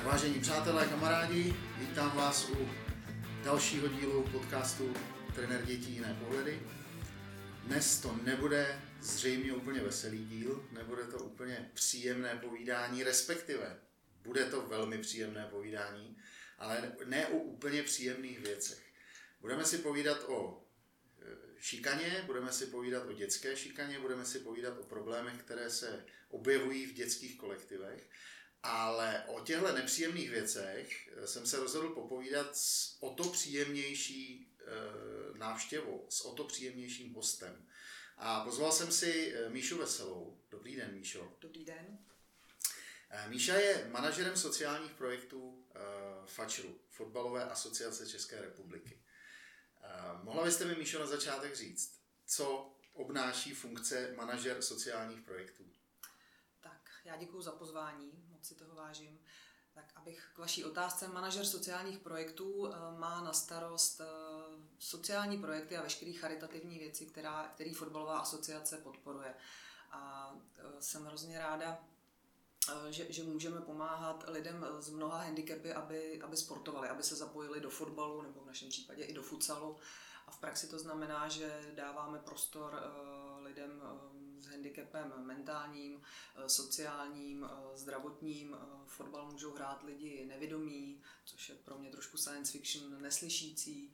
Vážení přátelé, kamarádi, vítám vás u dalšího dílu podcastu Trenér dětí jiné pohledy. Dnes to nebude zřejmě úplně veselý díl, nebude to úplně příjemné povídání, respektive bude to velmi příjemné povídání, ale ne o úplně příjemných věcech. Budeme si povídat o šikaně, budeme si povídat o dětské šikaně, budeme si povídat o problémech, které se objevují v dětských kolektivech, ale o těchto nepříjemných věcech jsem se rozhodl popovídat s o to příjemnější návštěvou, s o to příjemnějším hostem. A pozval jsem si Míšu Veselou. Dobrý den, Míšo. Dobrý den. Míša je manažerem sociálních projektů FAČRu, Fotbalové asociace České republiky. Mohla byste mi, Míšo, na začátek říct, co obnáší funkce manažer sociálních projektů? Tak, já děkuji za pozvání, moc si toho vážím. Tak abych k vaší otázce, manažer sociálních projektů má na starost sociální projekty a veškeré charitativní věci, který Fotbalová asociace podporuje. A jsem hrozně ráda, že můžeme pomáhat lidem s mnoha handicapy, aby sportovali, aby se zapojili do fotbalu nebo v našem případě i do futsalu. A v praxi to znamená, že dáváme prostor lidem s handicapem mentálním, sociálním, zdravotním. Fotbal můžou hrát lidi nevidomí, což je pro mě trošku science fiction, neslyšící.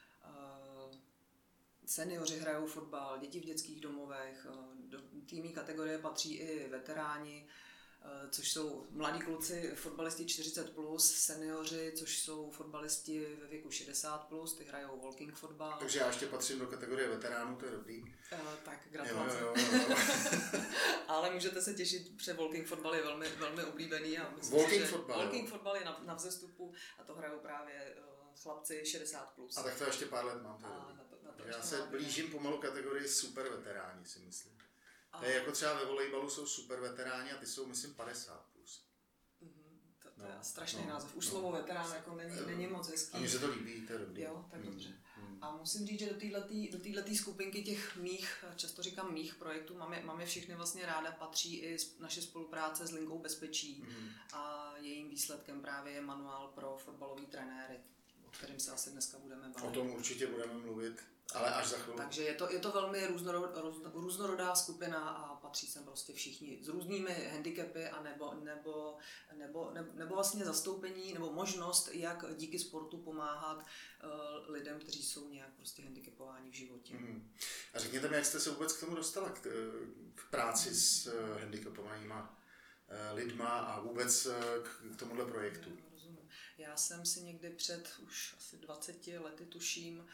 Seniori hrajou fotbal, děti v dětských domovech, do týmí kategorie patří i veteráni, což jsou mladí kluci, fotbalisti 40+, seniori, což jsou fotbalisti ve věku 60+, ty hrajou walking fotbal. Takže já ještě patřím do kategorie veteránů, to je dobrý. Tak, gratulace. Jo. Ale můžete se těšit, protože walking fotbal je velmi, velmi oblíbený. A myslím, walking fotbal je na vzestupu a to hrajou právě chlapci 60+. A tak to ještě pár let mám. Já se blížím pomalu kategorii super veteráni, si myslím. To je jako třeba ve volejbalu jsou super veteráni a ty jsou, myslím, 50+. To je strašný název. Už slovo veterán jako není moc hezký. A mně se to líbí, to je dobrý. Jo, tak dobře. A musím říct, že do této skupinky těch mých, často říkám mých projektů, mám je všechny vlastně ráda, patří i naše spolupráce s Linkou bezpečí a jejím výsledkem právě je manuál pro fotbalový trenéry, o kterém se asi dneska budeme bavit. O tom určitě budeme mluvit, ale až za chvíli. Takže je to velmi různorodá skupina a patří sem prostě všichni s různými handicapy a nebo vlastně zastoupení nebo možnost, jak díky sportu pomáhat lidem, kteří jsou nějak prostě handicapováni v životě. A řekněte mi, jak jste se vůbec k tomu dostala, k práci s handicapovanýma lidma a vůbec k tomuhle projektu? Rozumím. Já jsem si někdy před už asi 20 lety tuším,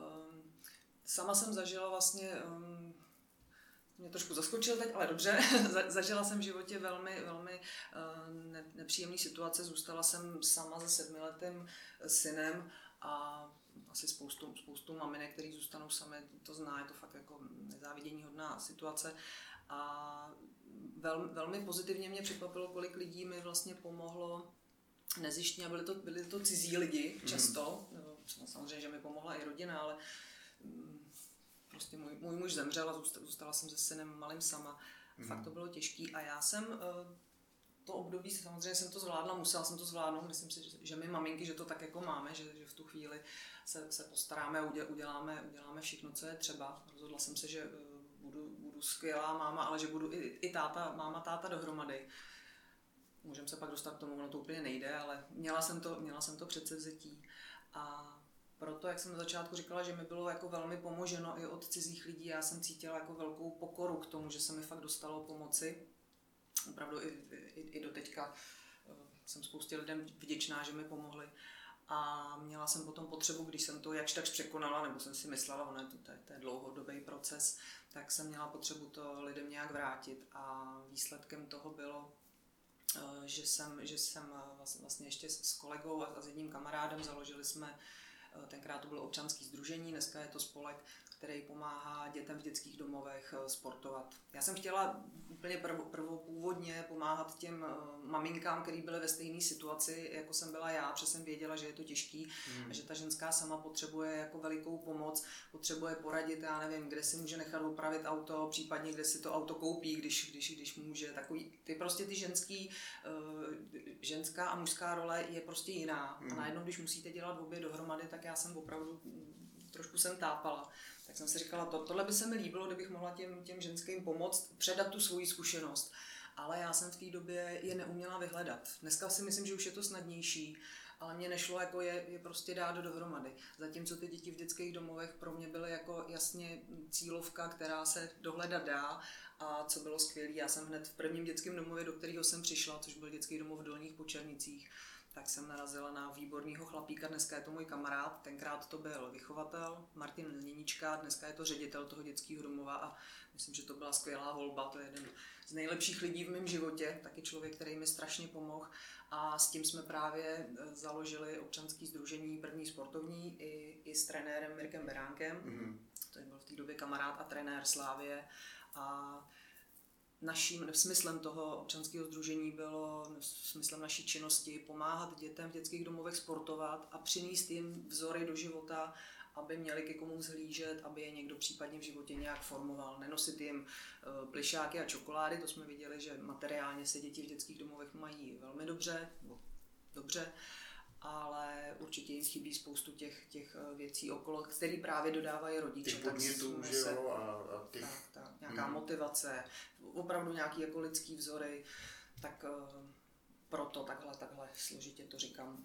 sama jsem zažila vlastně, mě trošku zaskočil teď, ale dobře, zažila jsem v životě velmi, velmi nepříjemný situace, zůstala jsem sama se 7letým synem a asi spoustu maminek, který zůstanou sami, to zná, je to fakt jako nezáviděníhodná situace a velmi pozitivně mě překvapilo, kolik lidí mi vlastně pomohlo nezištně a byli to cizí lidi často, samozřejmě, že mi pomohla i rodina, ale prostě můj muž zemřel a zůstala jsem se synem malým sama. Fakt to bylo těžký a já jsem to období, samozřejmě jsem to zvládla, musela jsem to zvládnout, myslím si, že my maminky, že to tak jako máme, že v tu chvíli se postaráme a uděláme všechno, co je třeba. Rozhodla jsem se, že budu skvělá máma, ale že budu i máma, táta dohromady. Můžeme se pak dostat k tomu, ono to úplně nejde, ale měla jsem to předsevzetí a proto, jak jsem na začátku říkala, že mi bylo jako velmi pomoženo i od cizích lidí, já jsem cítila jako velkou pokoru k tomu, že se mi fakt dostalo pomoci. Opravdu i do teďka jsem spoustě lidem vděčná, že mi pomohli. A měla jsem potom potřebu, když jsem to jakž takž překonala, nebo jsem si myslela, to je dlouhodobý proces, tak jsem měla potřebu to lidem nějak vrátit a výsledkem toho bylo, že jsem vlastně ještě s kolegou a s jedním kamarádem založili jsme, tenkrát to bylo občanské sdružení, dneska je to spolek který pomáhá dětem v dětských domovech sportovat. Já jsem chtěla úplně prvopůvodně pomáhat těm maminkám, které byly ve stejné situaci, jako jsem byla já, protože jsem věděla, že je to těžký a že ta ženská sama potřebuje jako velikou pomoc, potřebuje poradit, já nevím, kde si může nechat opravit auto, případně kde si to auto koupí, když může. Takový, ty ženský, ženská a mužská role je prostě jiná. A najednou, když musíte dělat obě dohromady, tak já jsem opravdu trošku jsem tápala. Tak jsem si říkala, tohle by se mi líbilo, kdybych mohla těm ženským pomoct, předat tu svoji zkušenost. Ale já jsem v té době je neuměla vyhledat. Dneska si myslím, že už je to snadnější, ale mně nešlo jako je prostě dát dohromady. Zatímco ty děti v dětských domovech pro mě byly jako jasně cílovka, která se dohledat dá. A co bylo skvělé, já jsem hned v prvním dětském domově, do kterého jsem přišla, což byl dětský domov v Dolních Počernicích, tak jsem narazila na výborného chlapíka, dneska je to můj kamarád, tenkrát to byl vychovatel Martin Lněnička, dneska je to ředitel toho dětského domova a myslím, že to byla skvělá volba, to je jeden z nejlepších lidí v mém životě, taky člověk, který mi strašně pomohl a s tím jsme právě založili občanské sdružení První sportovní i s trenérem Mirkem Beránkem, to byl v té době kamarád a trenér Slávie a naším smyslem toho občanského sdružení bylo, smyslem naší činnosti, pomáhat dětem v dětských domovech sportovat a přinést jim vzory do života, aby měli ke komu vzhlížet, aby je někdo případně v životě nějak formoval. Nenosit jim plišáky a čokolády, to jsme viděli, že materiálně se děti v dětských domovech mají velmi dobře, ale určitě jim chybí spoustu těch věcí okolo, které právě dodávají rodiče. Těch podnětů, že jo, a těch... Tak, nějaká motivace, opravdu nějaký jako lidský vzory, tak proto takhle složitě to říkám.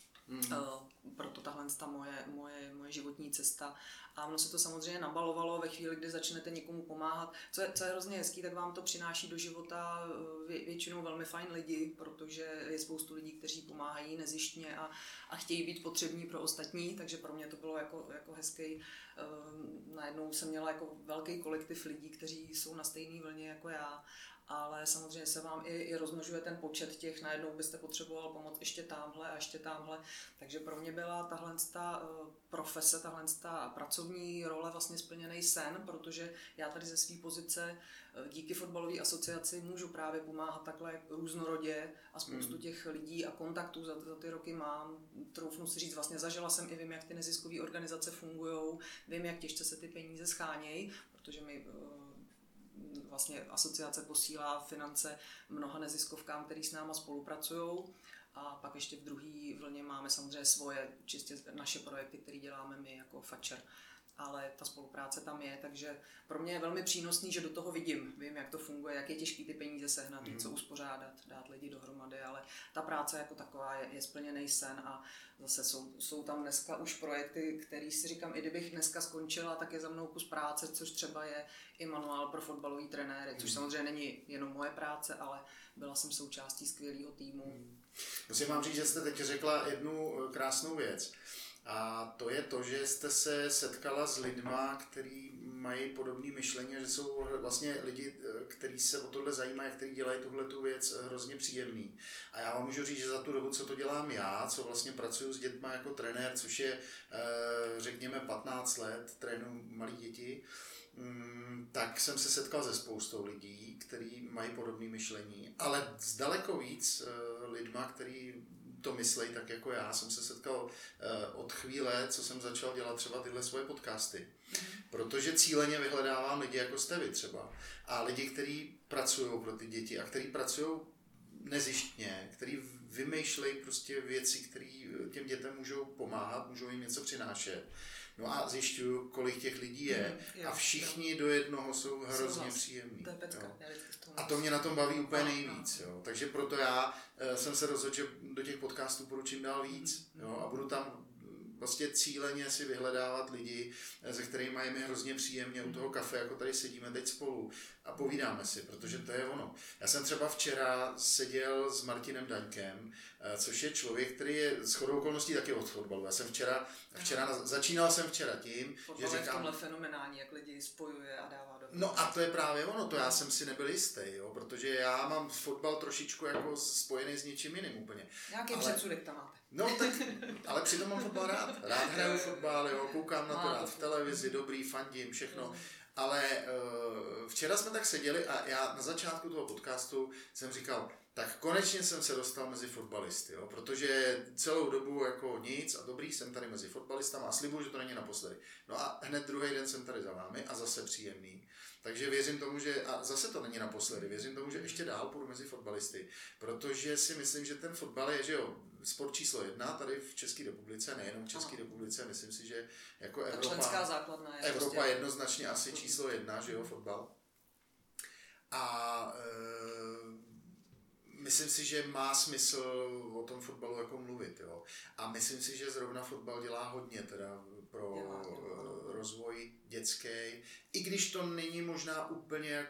Proto tahle moje životní cesta. A ono se to samozřejmě nabalovalo ve chvíli, kdy začnete někomu pomáhat. Co je hrozně hezký, tak vám to přináší do života většinou velmi fajn lidi, protože je spoustu lidí, kteří pomáhají nezištně a chtějí být potřební pro ostatní, takže pro mě to bylo jako hezký. Najednou jsem měla jako velký kolektiv lidí, kteří jsou na stejné vlně jako já. Ale samozřejmě se vám i rozmnožuje ten počet těch, najednou byste potřeboval pomoct ještě tamhle a ještě tamhle. Takže pro mě byla tahle profese, tahle pracovní role vlastně splněný sen, protože já tady ze své pozice díky fotbalové asociaci můžu právě pomáhat takhle různorodě a spoustu těch lidí a kontaktů za ty roky mám. Troufnu si říct, vlastně zažila jsem i vím, jak ty neziskové organizace fungujou, vím, jak těžce se ty peníze schánějí, protože mi vlastně asociace posílá finance mnoha neziskovkám, který s náma spolupracují. A pak ještě v druhé vlně máme samozřejmě svoje, čistě naše projekty, které děláme my jako Fatcher. Ale ta spolupráce tam je, takže pro mě je velmi přínosný, že do toho vím, jak to funguje, jak je těžký ty peníze sehnat, co uspořádat, dát lidi dohromady, ale ta práce jako taková je splněný sen a zase jsou tam dneska už projekty, který si říkám, i kdybych dneska skončila, tak je za mnou kus práce, což třeba je i manuál pro fotbalový trenéry, což samozřejmě není jenom moje práce, ale byla jsem součástí skvělého týmu. Musím vám říct, že jste teď řekla jednu krásnou věc. A to je to, že jste se setkala s lidma, kteří mají podobné myšlení, že jsou vlastně lidi, kteří se o tohle zajímají, kteří dělají tuhletu věc hrozně příjemný. A já vám můžu říct, že za tu dobu, co to dělám já, co vlastně pracuji s dětma jako trenér, což je řekněme 15 let, trénuji malé děti, tak jsem se setkal se spoustou lidí, kteří mají podobné myšlení, ale s daleko víc lidma, kteří to myslejí tak jako já. Jsem se setkal od chvíle, co jsem začal dělat třeba tyhle svoje podcasty. Protože cíleně vyhledávám lidi jako jste vy třeba. A lidi, kteří pracují pro ty děti a kteří pracují nezištně, kteří vymýšlejí prostě věci, které těm dětem můžou pomáhat, můžou jim něco přinášet. No a zjišťuju, kolik těch lidí je a všichni do jednoho jsou hrozně příjemní. To je pecka. A to mě na tom baví úplně nejvíc. Jo. Takže proto já jsem se rozhodl, že do těch podcastů půjdu čím dál víc. Jo, a budu tam vlastně cíleně si vyhledávat lidi, se kterými je mi hrozně příjemně u toho kafe, jako tady sedíme teď spolu a povídáme si, protože to je ono. Já jsem třeba včera seděl s Martinem Daňkem, což je člověk, který je shodou okolností taky od fotbalu. Já jsem začínal jsem včera tím, že říkám... je v tomhle fenomenální, jak lidi spojuje a dává do. No a to je právě ono, to já jsem si nebyl jistý, jo, protože já mám fotbal trošičku jako spojený s něčím jiným úplně. Nějaký předsudek tam máte. No tak, ale přitom mám fotbal rád. Rád hraju fotbal, jo, koukám na to rád v televizi, dobrý, fandím, všechno. Ale včera jsme tak seděli a já na začátku toho podcastu jsem říkal, tak konečně jsem se dostal mezi fotbalisty, jo, protože celou dobu jako nic a dobrý jsem tady mezi fotbalistama a slibuju, že to není naposledy. No a hned druhý den jsem tady za vámi a zase příjemný. Takže věřím tomu, že, a zase to není naposledy, věřím tomu, že ještě dál půjdu mezi fotbalisty, protože si myslím, že ten fotbal je, že jo, sport číslo 1 tady v České republice, nejenom v České republice, myslím si, že jako Evropa jednoznačně asi číslo 1, že jo, fotbal. A myslím si, že má smysl o tom fotbalu jako mluvit, jo. A myslím si, že zrovna fotbal dělá hodně teda pro rozvoj dětský, i když to není možná úplně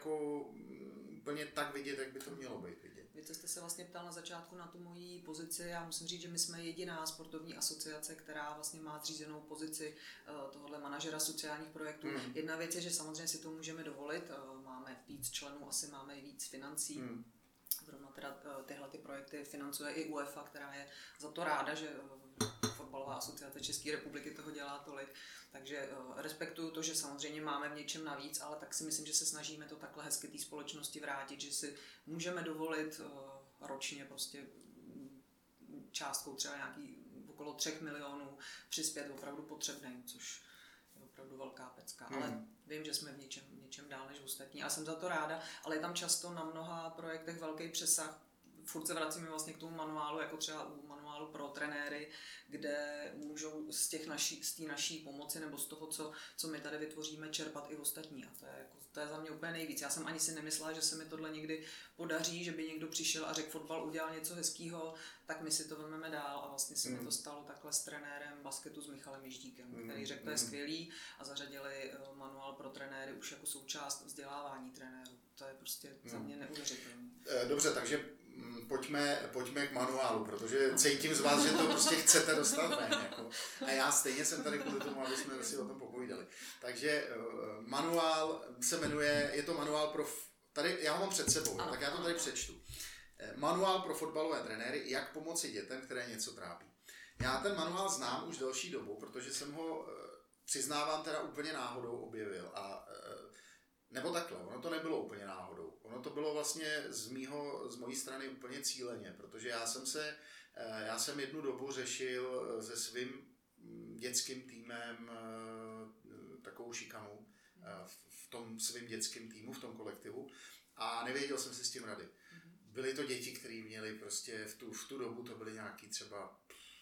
tak vidět, jak by to mělo být vidět. Vy jste se vlastně ptal na začátku na tu moji pozici. Já musím říct, že my jsme jediná sportovní asociace, která vlastně má zřízenou pozici tohohle manažera sociálních projektů. Jedna věc je, že samozřejmě si to můžeme dovolit. Máme víc členů, asi máme i víc financí. Zrovna teda tyhle ty projekty financuje i UEFA, která je za to ráda, že fotbalová asociace České republiky toho dělá tolik. Takže respektuju to, že samozřejmě máme v něčem navíc, ale tak si myslím, že se snažíme to takhle hezky té společnosti vrátit, že si můžeme dovolit ročně prostě částkou třeba nějaký okolo 3 milionů přispět opravdu potřebným, což je opravdu velká pecka. Ale vím, že jsme v něčem dál než ostatní a jsem za to ráda, ale je tam často na mnoha projektech velký přesah. Furt se vracíme vlastně k tomu manuálu, jako třeba u manuálu pro trenéry, kde můžou z té naší pomoci nebo z toho, co my tady vytvoříme, čerpat i ostatní. A to je za mě úplně nejvíc. Já jsem ani si nemyslela, že se mi tohle někdy podaří, že by někdo přišel a řekl, fotbal udělal něco hezkýho, tak my si to vezmeme dál. A vlastně se mi to stalo takhle s trenérem basketu s Michalem Jiždíkem, který řekl, to je skvělý a zařadili manuál pro trenéry už jako součást vzdělávání trenérů. To je prostě za mě neuvěřitelné. Dobře, takže pojďme k manuálu, protože cítím z vás, že to prostě chcete dostat ven. Jako. A já stejně jsem tady kvůli tomu, aby jsme si o tom popovídali. Takže manuál se jmenuje, je to manuál pro, tady já ho mám před sebou, tak já to tady přečtu. Manuál pro fotbalové trenéry, jak pomoci dětem, které něco trápí. Já ten manuál znám už delší dobu, protože jsem ho, přiznávám, teda úplně náhodou objevil a nebo takhle, ono to nebylo úplně náhodou. Ono to bylo vlastně z mojí strany úplně cíleně, protože já jsem jednu dobu řešil se svým dětským týmem takovou šikanu v tom svým dětským týmu, v tom kolektivu a nevěděl jsem si s tím rady. Byly to děti, které měly prostě v tu dobu to byly nějaký třeba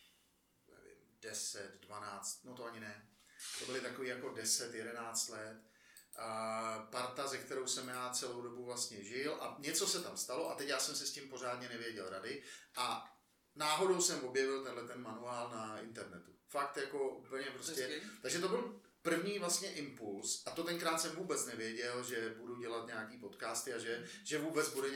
10, 12, no to ani ne. To byly takový jako 10, 11 let. Parta, ze kterou jsem já celou dobu vlastně žil a něco se tam stalo a teď já jsem se s tím pořádně nevěděl rady a náhodou jsem objevil ten manuál na internetu. Fakt jako úplně prostě, takže to byl první vlastně impuls a to tenkrát jsem vůbec nevěděl, že budu dělat nějaký podcasty a že vůbec bude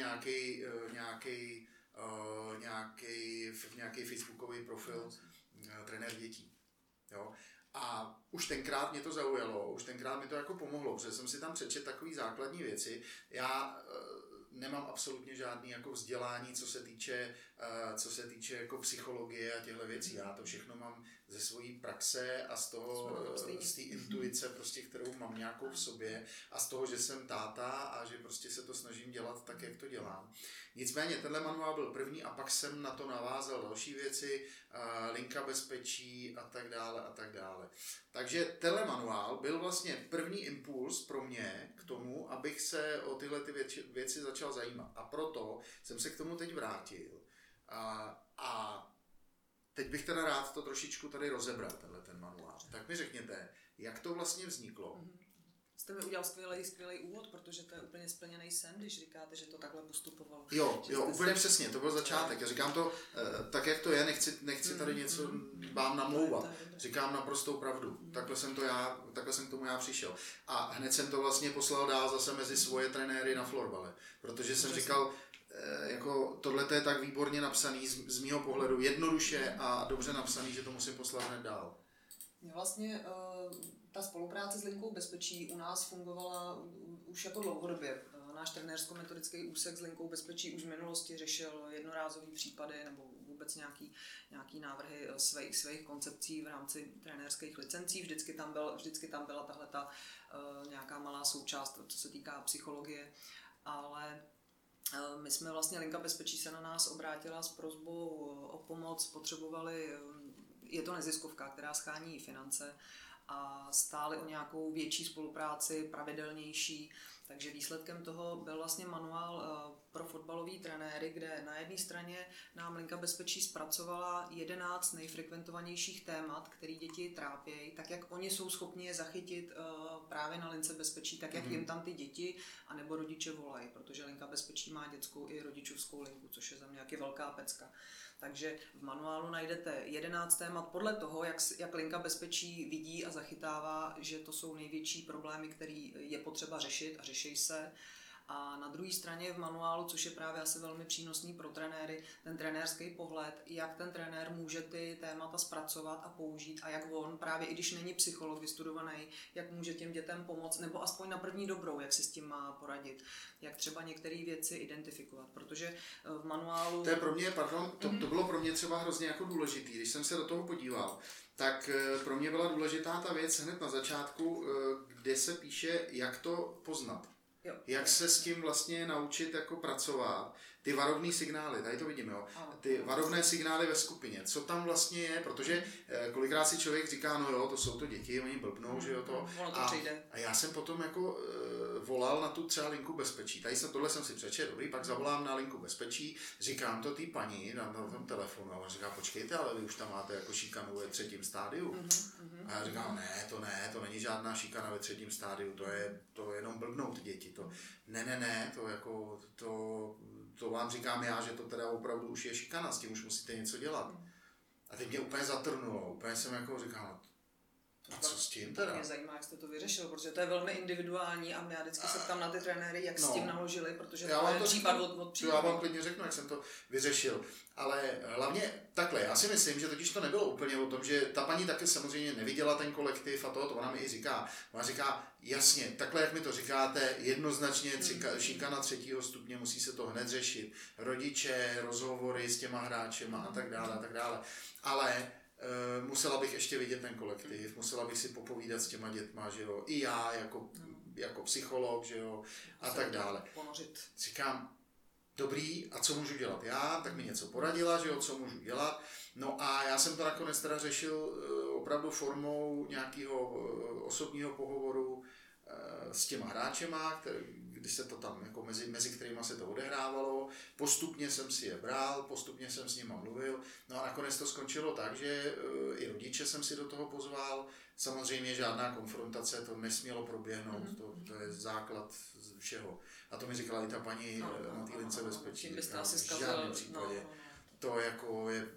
nějaký facebookový profil trenér dětí. Jo? A už tenkrát mě to zaujalo, už tenkrát mi to jako pomohlo, protože jsem si tam přečetl takové základní věci. Já nemám absolutně žádný jako vzdělání, co se týče jako psychologie a těchto věcí. Já to všechno mám ze svojí praxe a z té intuice, prostě, kterou mám nějakou v sobě a z toho, že jsem táta a že prostě se to snažím dělat tak, jak to dělám. Nicméně tenhle manuál byl první a pak jsem na to navázal další věci, linka bezpečí a tak dále a tak dále. Takže tenhle manuál byl vlastně první impuls pro mě k tomu, abych se o tyhle ty věci začal zajímat. A proto jsem se k tomu teď vrátil. A teď bych teda rád to trošičku tady rozebral, ten manuál. Tak mi řekněte, jak to vlastně vzniklo? Jste mi udělal skvělý úvod, protože to je úplně splněný sen, když říkáte, že to takhle postupovalo. Jo, úplně přesně, to byl začátek. Já říkám to tak, jak to je, nechci tady něco vám namlouvat. Říkám naprostou pravdu. Takhle jsem k tomu já přišel. A hned jsem to vlastně poslal dál zase mezi svoje trenéry na florbale, protože jsem říkal, jako tohle je tak výborně napsaný z mýho pohledu, jednoduše a dobře napsaný, že to musím poslat hned dál. Vlastně ta spolupráce s linkou bezpečí u nás fungovala už jako dlouhodobě. Náš trenérsko-metodický úsek s linkou bezpečí už v minulosti řešil jednorázový případy nebo vůbec nějaký návrhy svých koncepcí v rámci trenérských licencí. Vždycky tam byla tahleta nějaká malá součást, co se týká psychologie, ale my jsme vlastně, Linka bezpečí se na nás obrátila s prosbou o pomoc, potřebovali, je to neziskovka, která schání finance a stáli o nějakou větší spolupráci, pravidelnější. Takže výsledkem toho byl vlastně manuál pro fotbalový trenéry, kde na jedné straně nám Linka bezpečí zpracovala 11 nejfrekventovanějších témat, které děti trápějí, tak jak oni jsou schopni je zachytit právě na Lince bezpečí, tak jak jim tam ty děti anebo rodiče volají, protože Linka bezpečí má dětskou i rodičovskou linku, což je za mě taky velká pecka. Takže v manuálu najdete 11 témat podle toho, jak Linka bezpečí vidí a zachytává, že to jsou největší problémy, které je potřeba řešit a řeší se. A na druhé straně v manuálu, což je právě asi velmi přínosný pro trenéry, ten trenérský pohled, jak ten trenér může ty témata zpracovat a použít a jak on, právě i když není psycholog vystudovaný, jak může těm dětem pomoct, nebo aspoň na první dobrou, jak si s tím má poradit, jak třeba některé věci identifikovat, protože v manuálu... To je pro mě, to bylo pro mě třeba hrozně jako důležitý, když jsem se do toho podíval, tak pro mě byla důležitá ta věc hned na začátku, kde se píše, jak to poznat. Jo. Jak se s tím vlastně naučit jako pracovat. Ty varovné signály, tady to vidíme, jo. Ty varovné signály ve skupině, co tam vlastně je, protože kolikrát si člověk říká, no jo, to jsou to děti, oni blbnou, že jo to. A já jsem potom jako volal na tu třeba linku bezpečí. Tohle jsem si přečetl, dobrý, pak zavolám na linku bezpečí, říkám to té paní na tom telefonu a ona říká, počkejte, ale vy už tam máte jako šikanu ve 3. stádiu. A já říkám, ne, to není žádná šikana ve 3. stádiu, to je jenom blbnou ty děti. Ne, to jako, to vám říkám já, že to teda opravdu už je šikana, s tím už musíte něco dělat. A teď mě úplně zatrnulo, úplně jsem jako říkal, a co s tím teda? Mě zajímá, jak jste to vyřešil, protože to je velmi individuální a já vždycky se ptám na ty trenéry, jak s tím naložili, protože to je případ od případu. Já vám klidně řeknu, jak jsem to vyřešil. Ale hlavně takhle, já si myslím, že totiž to nebylo úplně o tom, že ta paní taky samozřejmě neviděla ten kolektiv a to ona mi i říká. Ona říká, jasně, takhle jak mi to říkáte, jednoznačně šikana 3. stupně, musí se to hned řešit. Rodiče, rozhovory s těma hráčema a tak dále. Ale musela bych ještě vidět ten kolektiv, musela bych si popovídat s těma dětma, že jo, i já jako psycholog, že jo, a tak dále. Říkám, dobrý, a co můžu dělat já, tak mi něco poradila, že jo, co můžu dělat. No a já jsem to nakonec teda řešil opravdu formou nějakého osobního pohovoru s těma hráčema, kdy se to tam, jako mezi kterýma se to odehrávalo, postupně jsem si je bral, postupně jsem s nima mluvil, no a nakonec to skončilo tak, že i rodiče jsem si do toho pozval, samozřejmě žádná konfrontace, to nesmělo proběhnout, to je základ všeho. A to mi říkala i ta paní na té lince bezpečí, v žádném případě. To jako je,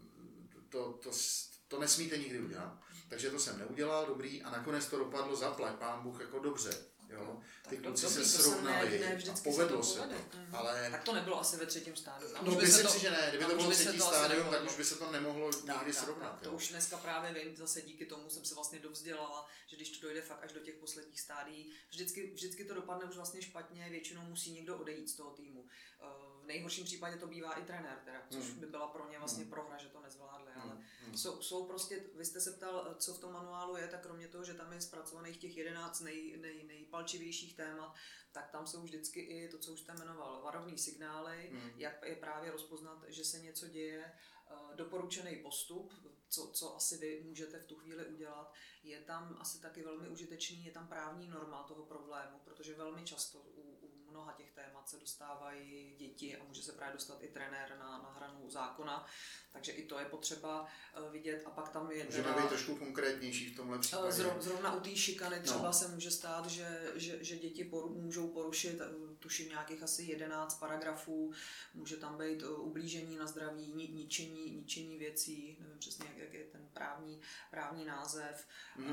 to nesmíte nikdy udělat. Takže to jsem neudělal, dobrý, a nakonec to dopadlo zaplať, pán Bůh, jako dobře. Jo? Ty kluci se srovnali a povedlo se to. Ale... Tak to nebylo asi ve 3. stádiu. No myslím si, že ne. Kdyby to bylo 3. stádium, tak už by se to nemohlo nikdy srovnat. To už dneska právě vím, zase díky tomu jsem se vlastně dovzdělala, že když to dojde fakt až do těch posledních stádií, vždycky to dopadne už vlastně špatně, většinou musí někdo odejít z toho týmu. V nejhorším případě to bývá i trenér, teda, což by byla pro ně vlastně prohra, že to nezvládli, ale jsou prostě, vy jste se ptal, co v tom manuálu je, tak kromě toho, že tam je zpracovaných těch 11 nejpalčivějších témat, tak tam jsou vždycky i to, co už jste jmenoval, varovný signály, jak je právě rozpoznat, že se něco děje, doporučený postup, co asi vy můžete v tu chvíli udělat. Je tam asi taky velmi užitečný, je tam právní norma toho problému, protože velmi často u mnoha těch témat se dostávají děti a může se právě dostat i trenér na hranu zákona, takže i to je potřeba vidět. A pak tam je můžeme být trošku konkrétnější v tomhle případě. Zrovna u té šikany třeba se může stát, že děti můžou porušit, tuším nějakých asi 11 paragrafů, může tam být ublížení na zdraví, ničení věcí, nevím přesně, jak je ten právní název,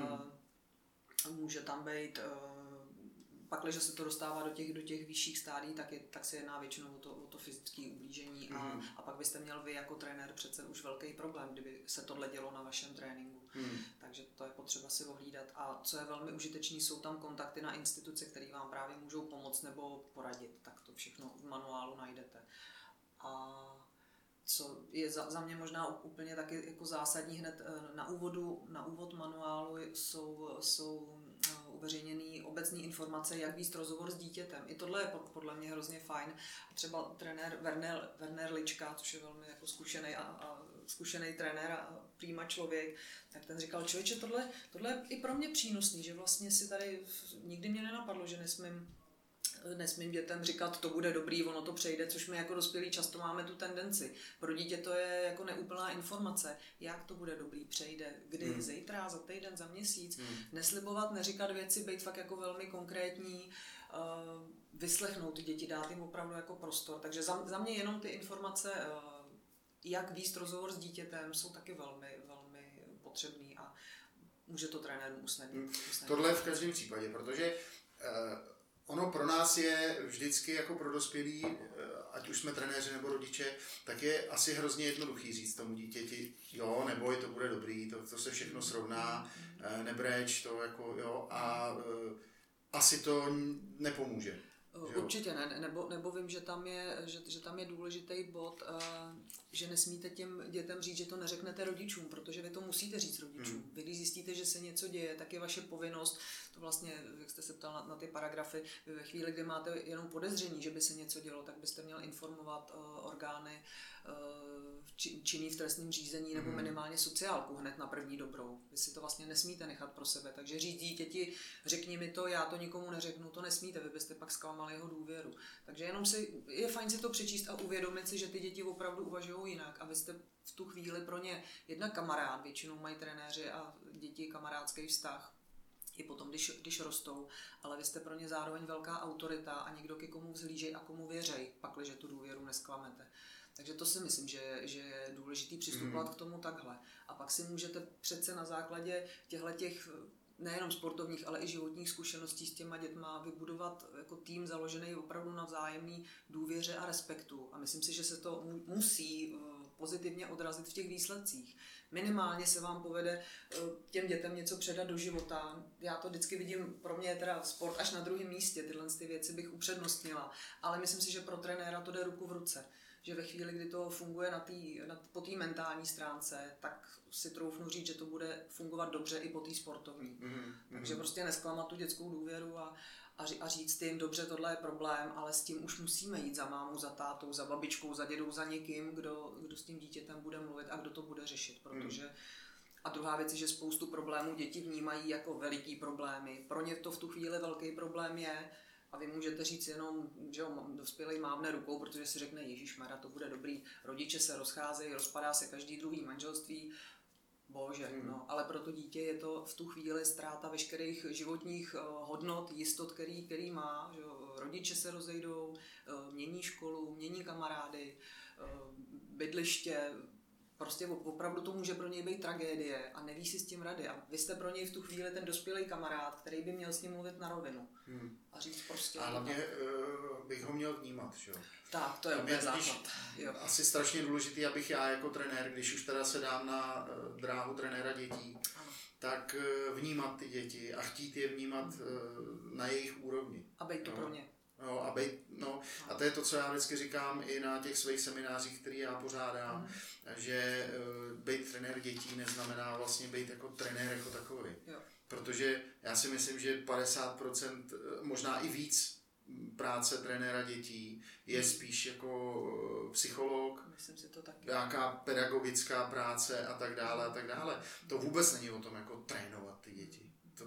může tam být pakliže se to dostává do těch vyšších stádií, tak se jedná většinou o to fyzické ublížení a pak byste měl vy jako trenér přece už velký problém, kdyby se tohle dělo na vašem tréninku. Takže to je potřeba si ohlídat. A co je velmi užitečné, jsou tam kontakty na instituce, které vám právě můžou pomoct nebo poradit. Tak to všechno v manuálu najdete. A co je za mě možná úplně taky jako zásadní hned na úvod manuálu jsou uveřejněné obecné informace, jak vést rozhovor s dítětem. I tohle je podle mě hrozně fajn. Třeba trenér Werner Lička, což je velmi jako zkušený trenér a prýma člověk, tak ten říkal, člověče, tohle je i pro mě přínosný, že vlastně si tady nikdy mě nenapadlo, že nesmím dětem říkat, to bude dobrý, ono to přejde, což my jako dospělí často máme tu tendenci. Pro dítě to je jako neúplná informace, jak to bude dobrý, přejde, kdy, zítra, za týden, za měsíc. Neslibovat, neříkat věci, být fakt jako velmi konkrétní, vyslechnout ty děti, dát jim opravdu jako prostor. Takže za mě jenom ty informace, jak vést rozhovor s dítětem, jsou taky velmi, velmi potřebný a může to trenérům usnadnit. Tohle v každém případě, protože ono pro nás je vždycky jako pro dospělí, ať už jsme trenéři nebo rodiče, tak je asi hrozně jednoduchý říct tomu dítěti, jo, neboj, to bude dobrý, to se všechno srovná, nebreč, to jako, jo, a asi to nepomůže. Určitě ne, nebo vím, že tam je důležitý bod, že nesmíte těm dětem říct, že to neřeknete rodičům, protože vy to musíte říct rodičům. Vy když zjistíte, že se něco děje, tak je vaše povinnost, to vlastně, jak jste se ptal na ty paragrafy, vy ve chvíli, kdy máte jenom podezření, že by se něco dělo, tak byste měl informovat orgány činný v trestním řízení nebo minimálně sociálku hned na první dobrou. Vy si to vlastně nesmíte nechat pro sebe, takže říct dítěti, řekni mi to, já to nikomu neřeknu, to nesmíte, vy byste pak zklamali jeho důvěru. Takže jenom je fajn si to přečíst a uvědomit si, že ty děti opravdu uvažují jinak a vy jste v tu chvíli pro ně jednak kamarád, většinou mají trenéři a děti kamarádský vztah, i potom, když rostou, ale vy jste pro ně zároveň velká autorita a někdo, ke komu vzhlížej a komu věřej, pakliže tu důvěru nesklamete. Takže to si myslím, že je důležitý přistupovat k tomu takhle. A pak si můžete přece na základě těchto nejenom sportovních, ale i životních zkušeností s těma dětma vybudovat jako tým založený opravdu na vzájemný důvěře a respektu. A myslím si, že se to musí pozitivně odrazit v těch výsledcích. Minimálně se vám povede těm dětem něco předat do života. Já to vždycky vidím, pro mě je teda sport až na druhém místě, tyhle ty věci bych upřednostnila. Ale myslím si, že pro trenéra to jde ruku v ruce. Že ve chvíli, kdy to funguje po té mentální stránce, tak si troufnu říct, že to bude fungovat dobře i po té sportovní. Takže prostě nesklamat tu dětskou důvěru a říct jim, dobře, tohle je problém, ale s tím už musíme jít za mámou, za tátou, za babičkou, za dědou, za někým, kdo s tím dítětem bude mluvit a kdo to bude řešit, protože a druhá věc je, že spoustu problémů děti vnímají jako veliký problémy. Pro ně to v tu chvíli velký problém je, a vy můžete říct jenom, že dospělý mávne rukou, protože si řekne, ježišmarja, to bude dobrý, rodiče se rozcházejí, rozpadá se každý druhý manželství, bože, no, ale pro to dítě je to v tu chvíli ztráta veškerých životních hodnot, jistot, který má, že rodiče se rozejdou, mění školu, mění kamarády, bydliště, prostě opravdu to může pro něj být tragédie a neví si s tím rady. A vy jste pro něj v tu chvíli ten dospělý kamarád, který by měl s ním mluvit na rovinu. A říct prostě... A hlavně bych ho měl vnímat, že jo? Tak, to je úplně základ. Asi strašně důležitý, abych já jako trenér, když už teda se dám na dráhu trenéra dětí, tak vnímat ty děti a chtít je vnímat na jejich úrovni. A být to pro ně. A to je to, co já vždycky říkám i na těch svých seminářích, které já pořádám, že být trenér dětí neznamená vlastně být jako trenér jako takový. Protože já si myslím, že 50%, možná i víc práce trenéra dětí je spíš jako psycholog, myslím si to taky. Nějaká pedagogická práce a tak dále a tak dále. To vůbec není o tom jako trénovat ty děti.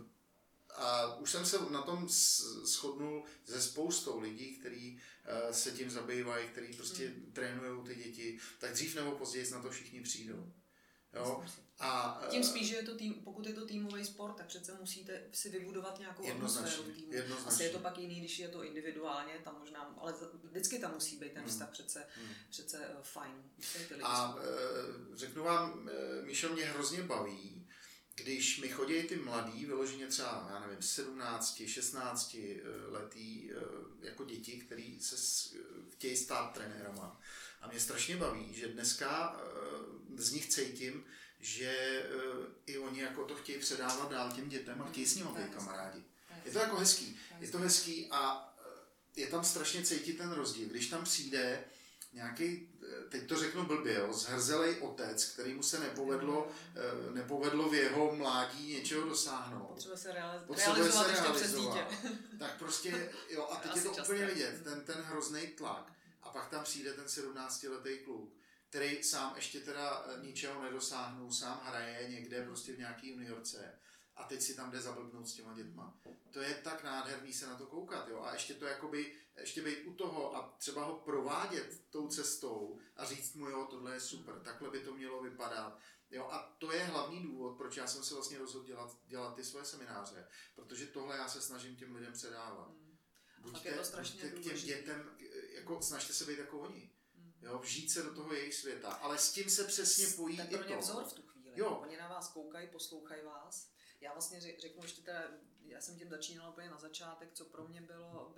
A už jsem se na tom shodnul se spoustou lidí, kteří se tím zabývají, kteří prostě trénují ty děti, tak dřív nebo později na to všichni přijdou. Jo? A tím spíš, že je to pokud je to týmový sport, tak přece musíte si vybudovat nějakou atmosféru týmu. Asi je to pak jiný, když je to individuálně, tam možná, ale vždycky tam musí být ten vztah přece fajn. A řeknu vám, Míšo, mě hrozně baví, když mi chodí ty mladí, vyloženě třeba, já nevím, 17, 16 letý jako děti, který se chtějí stát trenérama. A mě strašně baví, že dneska z nich cítím, že i oni jako to chtějí předávat dál těm dětem a chtějí s nimi být kamarádi. Je to jako hezký. Je to hezký a je tam strašně cítit ten rozdíl. Když tam přijde nějaký, teď to řeknu blbě, jo, zhrzelej otec, kterýmu se nepovedlo v jeho mládí něčeho dosáhnout. Potřebuje se realizovat ještě přes dítě. Tak prostě, jo, a teď je to úplně vidět, ten hrozný tlak. A pak tam přijde ten 17letý kluk, který sám ještě teda ničeho nedosáhnul, sám hraje někde prostě v nějaký juniorce a teď si tam jde zablbnout s těma dětma. To je tak nádherný se na to koukat, jo, a ještě to jakoby, ještě být u toho a třeba ho provádět tou cestou a říct mu, jo, tohle je super, takhle by to mělo vypadat. Jo, a to je hlavní důvod, proč já jsem se vlastně rozhodl dělat ty svoje semináře, protože tohle já se snažím těm lidem předávat. Buďte k těm dětem, jako snažte se být jako oni. Jo, vžít se do toho jejich světa, ale s tím se přesně pojí tak i pro ně to. vzor v tu chvíli. Jo. Oni na vás koukají, poslouchají vás. Já vlastně řeknu ještě teda, já jsem tím začínala úplně na začátek, co pro mě bylo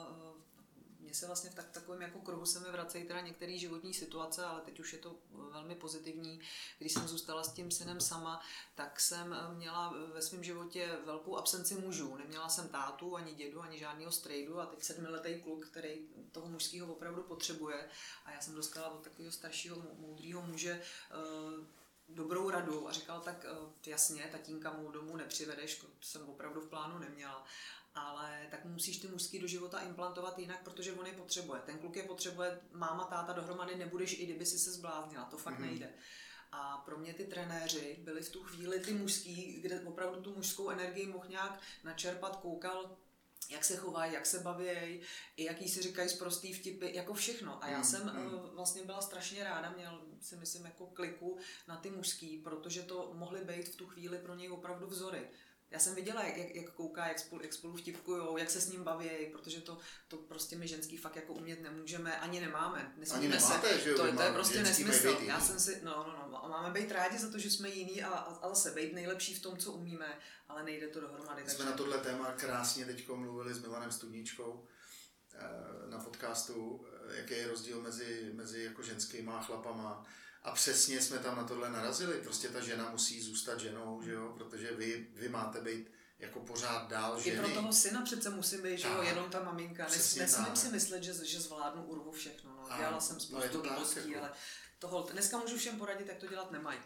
mně se vlastně v takovém jako kruhu se mi vracejí teda některé životní situace, ale teď už je to velmi pozitivní. Když jsem zůstala s tím synem sama, tak jsem měla ve svém životě velkou absenci mužů. Neměla jsem tátu, ani dědu, ani žádného strejdu a teď 7letý kluk, který toho mužského opravdu potřebuje. A já jsem dostala od takového staršího, moudrého muže dobrou radu a říkal, tak jasně, tatínka mou domů nepřivedeš, to jsem opravdu v plánu neměla. Ale tak musíš ty mužský do života implantovat jinak, protože on je potřebuje. Ten kluk je potřebuje, máma, táta dohromady nebudeš, i kdyby si se zbláznila, to fakt nejde. A pro mě ty trenéři byli v tu chvíli ty mužský, kde opravdu tu mužskou energii mohl nějak načerpat, koukal, jak se chovají, jak se baví, i jaký si říkají sprostý vtipy, jako všechno. A já jsem vlastně byla strašně ráda, měl si myslím jako kliku na ty mužský, protože to mohly být v tu chvíli pro něj opravdu vzory. Já jsem viděla, jak kouká, jak spolu vtipkujou, jak se s ním baví, protože to prostě my ženský fakt jako umět nemůžeme, ani nemáme. Ani nemáte, že jo? To je prostě nesmysl. Já jsem si, máme být rádi za to, že jsme jiní a zase být nejlepší v tom, co umíme, ale nejde to dohromady. Jsme na tohle téma krásně teďko mluvili s Milanem Studničkou na podcastu, jaký je rozdíl mezi jako ženskýma a chlapama. A přesně jsme tam na tohle narazili. Prostě ta žena musí zůstat ženou, že jo? Protože vy máte být jako pořád dál ženy. I pro toho syna přece musím být, že jo, jenom ta maminka. Nesmím si myslet, že zvládnu urvu všechno. No. Dělala jsem spoustu blbostí, ale dneska můžu všem poradit, jak to dělat nemají.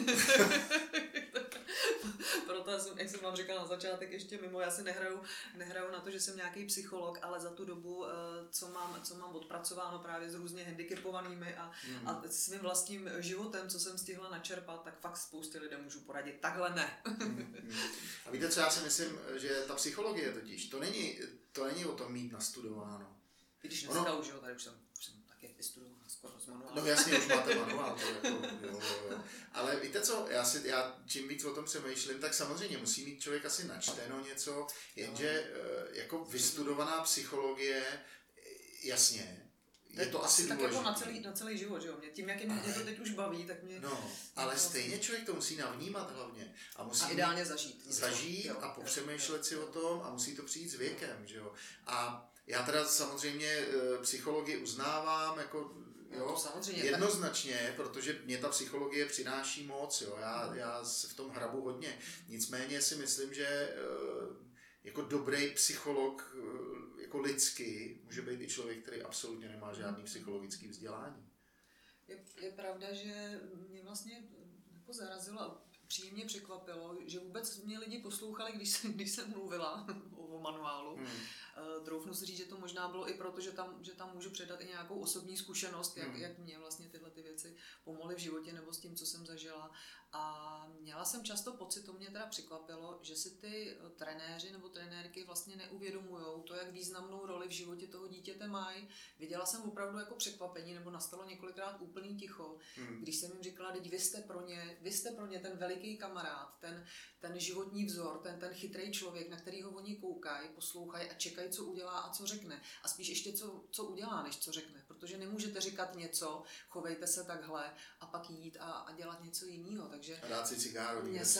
Proto jak jsem vám říkala na začátek ještě mimo, já si nehraju na to, že jsem nějaký psycholog, ale za tu dobu, co mám odpracováno právě s různě handicapovanými a svým vlastním životem, co jsem stihla načerpat, tak fakt spoustě lidem můžu poradit. Takhle ne. A víte, co já si myslím, že ta psychologie totiž, to není o tom mít nastudováno. Když dneska už, jo, tady už jsem taky vystudovala skoro z manuálu. No jasně, už máte manuál, to jako, jo. Ale víte co, já čím víc o tom přemýšlím, tak samozřejmě musí mít člověk asi načteno něco, jenže jako vystudovaná psychologie, jasně, je to asi tak důležitý. Jako na celý život, že jo? Tím, jak mě to teď už baví, tak mě... No, ale stejně člověk to musí navnímat hlavně. A ideálně zažít. Zažít a popřemýšlet si o tom a musí to přijít s věkem, že jo? A já teda samozřejmě psychologii uznávám, jako jo, jednoznačně, protože mě ta psychologie přináší moc, jo, já se v tom hrabu hodně. Nicméně si myslím, že jako dobrý psycholog, jako lidský, může být i člověk, který absolutně nemá žádný psychologický vzdělání. Je pravda, že mě vlastně jako zarazilo a příjemně překvapilo, že vůbec mě lidi poslouchali, když jsem mluvila o manuálu. Troufnu si říct, že to možná bylo i proto, že tam můžu předat i nějakou osobní zkušenost, jak mě vlastně tyhle ty věci pomohly v životě nebo s tím, co jsem zažila. A měla jsem často pocit, to mě teda překvapilo, že si ty trenéři nebo trenérky vlastně neuvědomujou to, jak významnou roli v životě toho dítěte mají. Viděla jsem opravdu jako překvapení, nebo nastalo několikrát úplný ticho, když jsem jim říkala, teď vy jste pro ně ten veliký kamarád, ten životní vzor, ten chytrý člověk, na kterýho oni koukají, poslouchají a čekají, co udělá a co řekne. A spíš ještě co udělá, než co řekne. Protože nemůžete říkat něco, chovejte se takhle a pak jít a dělat něco jiného. Takže a dát si cigáro,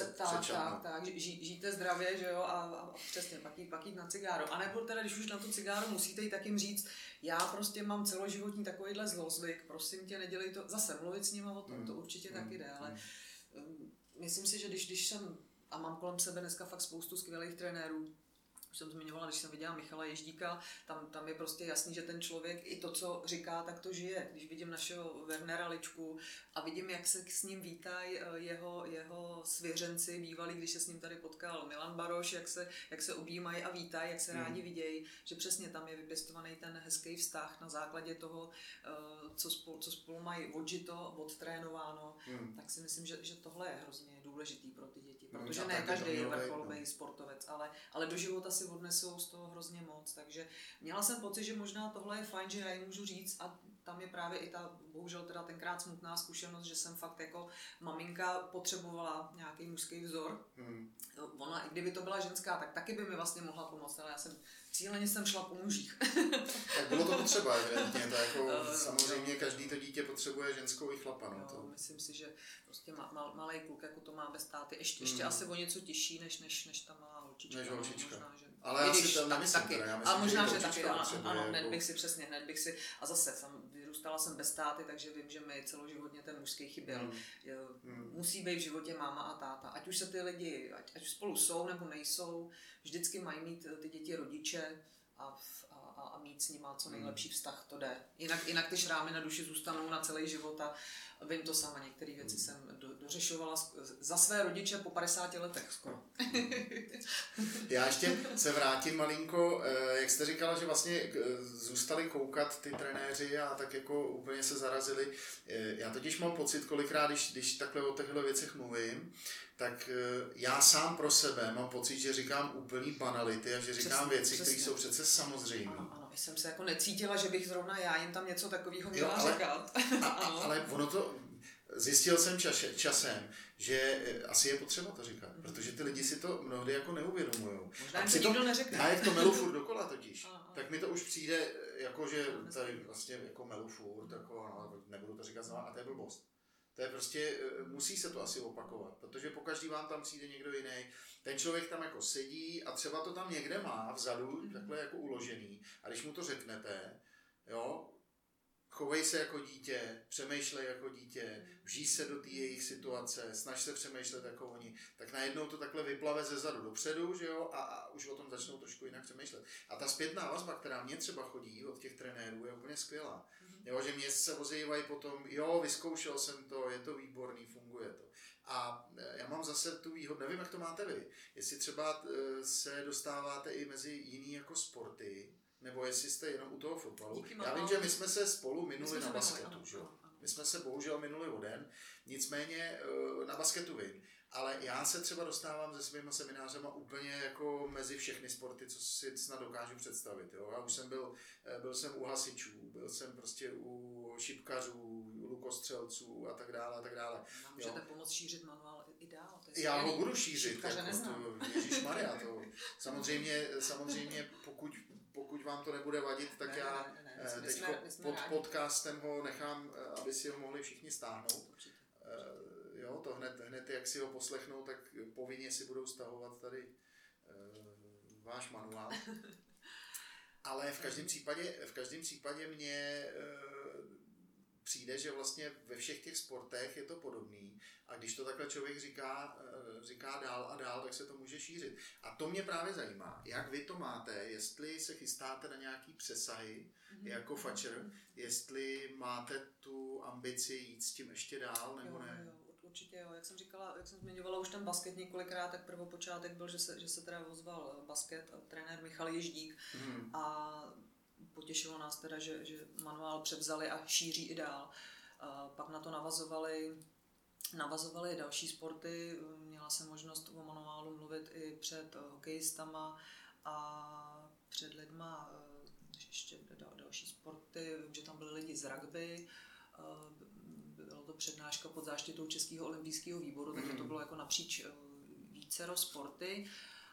tak, žijte zdravě, že jo, a přesně, pak jít na cigáro. A nebo teda, když už na to cigáro musíte jít, tak jim říct, já prostě mám celoživotní takovýhle zlozvyk, prosím tě, nedělej to, zase mluvit s nima o tom, to určitě taky jde, ale myslím si, že když jsem, a mám kolem sebe dneska fakt spoustu skvělých trenérů, už jsem zmiňovala, když jsem viděla Michala Ježdíka, tam je prostě jasný, že ten člověk i to, co říká, tak to žije. Když vidím našeho Wernera Ličku a vidím, jak se s ním vítají jeho svěřenci bývalí, když se s ním tady potkal Milan Baroš, jak se objímají a vítají, jak se rádi vidějí, že přesně tam je vypěstovaný ten hezký vztah na základě toho, co spolu mají odžito, odtrénováno, tak si myslím, že tohle je hrozně důležitý pro ty děti, protože ne každý je vrcholový sportovec, ale do života si odnesou z toho hrozně moc, takže měla jsem pocit, že možná tohle je fajn, že já jim můžu říct a tam je právě i ta, bohužel teda tenkrát smutná zkušenost, že jsem fakt jako maminka potřebovala nějaký mužský vzor. Ona, i kdyby to byla ženská, tak taky by mi vlastně mohla pomoct, ale cíleně jsem šla po mužích. Tak bylo to potřeba, evidentně, to jako samozřejmě každý to dítě potřebuje ženskou i chlapa. No, to. Myslím si, že prostě malý kluk jako to má bez táty ještě asi o něco těžší, než ta malá holčička. Než holčička. Možná, že... Ale já si tam nemyslím, taky. Já myslím, ale možná, že taky, ano, hned bych si, a zase vyrůstala jsem bez táty, takže vím, že mi celoživotně ten mužský chyběl. Musí být v životě máma a táta, ať už se ty lidi, ať už spolu jsou nebo nejsou, vždycky mají mít ty děti rodiče a mít s nima co nejlepší vztah, to jde. Jinak ty šrámy na duši zůstanou na celý život a vím to sama, některé věci jsem dořešovala za své rodiče po 50 letech skoro. Já ještě se vrátím malinko, jak jste říkala, že vlastně zůstali koukat ty trenéři a tak jako úplně se zarazili. Já totiž mám pocit kolikrát, když takhle o těchto věcech mluvím, tak já sám pro sebe mám pocit, že říkám úplný banality a že říkám věci, které jsou přece samozřejmé. Ano, jsem se jako necítila, že bych zrovna já jim tam něco takového měla říkat. Ale ono to, zjistil jsem časem, že asi je potřeba to říkat, protože ty lidi si to mnohdy jako neuvědomují. Možná jim to nikdo neřekne. Já jak to melu furt dokola totiž, tak mi to už přijde jako, že tady vlastně jako melu furt, jako, no, nebudu to říkat znova, a to je blbost. To je prostě, musí se to asi opakovat, protože pokaždý vám tam přijde někdo jiný. Ten člověk tam jako sedí a třeba to tam někde má vzadu, takhle jako uložený. A když mu to řeknete, jo, chovej se jako dítě, přemýšlej jako dítě, vžij se do té jejich situace, snaž se přemýšlet jako oni, tak najednou to takhle vyplave ze zadu dopředu, že jo, a už o tom začnou trošku jinak přemýšlet. A ta zpětná vazba, která mě třeba chodí od těch trenérů, je úplně skvělá. Jo, že mě se ozývají potom, jo, vyzkoušel jsem to, je to výborný, funguje to. A já mám zase tu výhodu, nevím, jak to máte vy, jestli třeba se dostáváte i mezi jiný jako sporty, nebo jestli jste jenom u toho fotbalu. Já vím, že my jsme se spolu minuli na basketu, že? My jsme se bohužel minuli o den, nicméně na basketu vím. Ale já se třeba dostávám se svýma seminářema úplně jako mezi všechny sporty, co si snad dokážu představit. Jo? Já už jsem byl jsem u hasičů, byl jsem prostě u šipkařů, u lukostřelců a tak dále, a tak dále. Můžete pomoct šířit manuál i dál. Já ho budu šířit. Jako Ježišmarja, to samozřejmě pokud vám to nebude vadit, tak teď pod podcastem ho nechám, aby si ho mohli všichni stáhnout. Jo, to hned, jak si ho poslechnou, tak povinně si budou stahovat tady váš manuál. Ale v každém případě mně přijde, že vlastně ve všech těch sportech je to podobný a když to takhle člověk říká dál a dál, tak se to může šířit. A to mě právě zajímá, jak vy to máte, jestli se chystáte na nějaký přesahy jako fačer, jestli máte tu ambici jít s tím ještě dál, nebo ne? Jo. Určitě jo, jak jsem říkala, jak jsem zmiňovala už ten basket několikrát, tak prvopočátek byl, že se teda ozval basket a trenér Michal Ježdík a potěšilo nás teda, že manuál převzali a šíří i dál. Pak na to navazovaly další sporty, měla jsem možnost o manuálu mluvit i před hokejistama a před lidma, ještě další sporty, vím, že tam byly lidi z rugby, bylo to přednáška pod záštitou Českého olympijského výboru, takže to bylo jako napříč vícero sporty.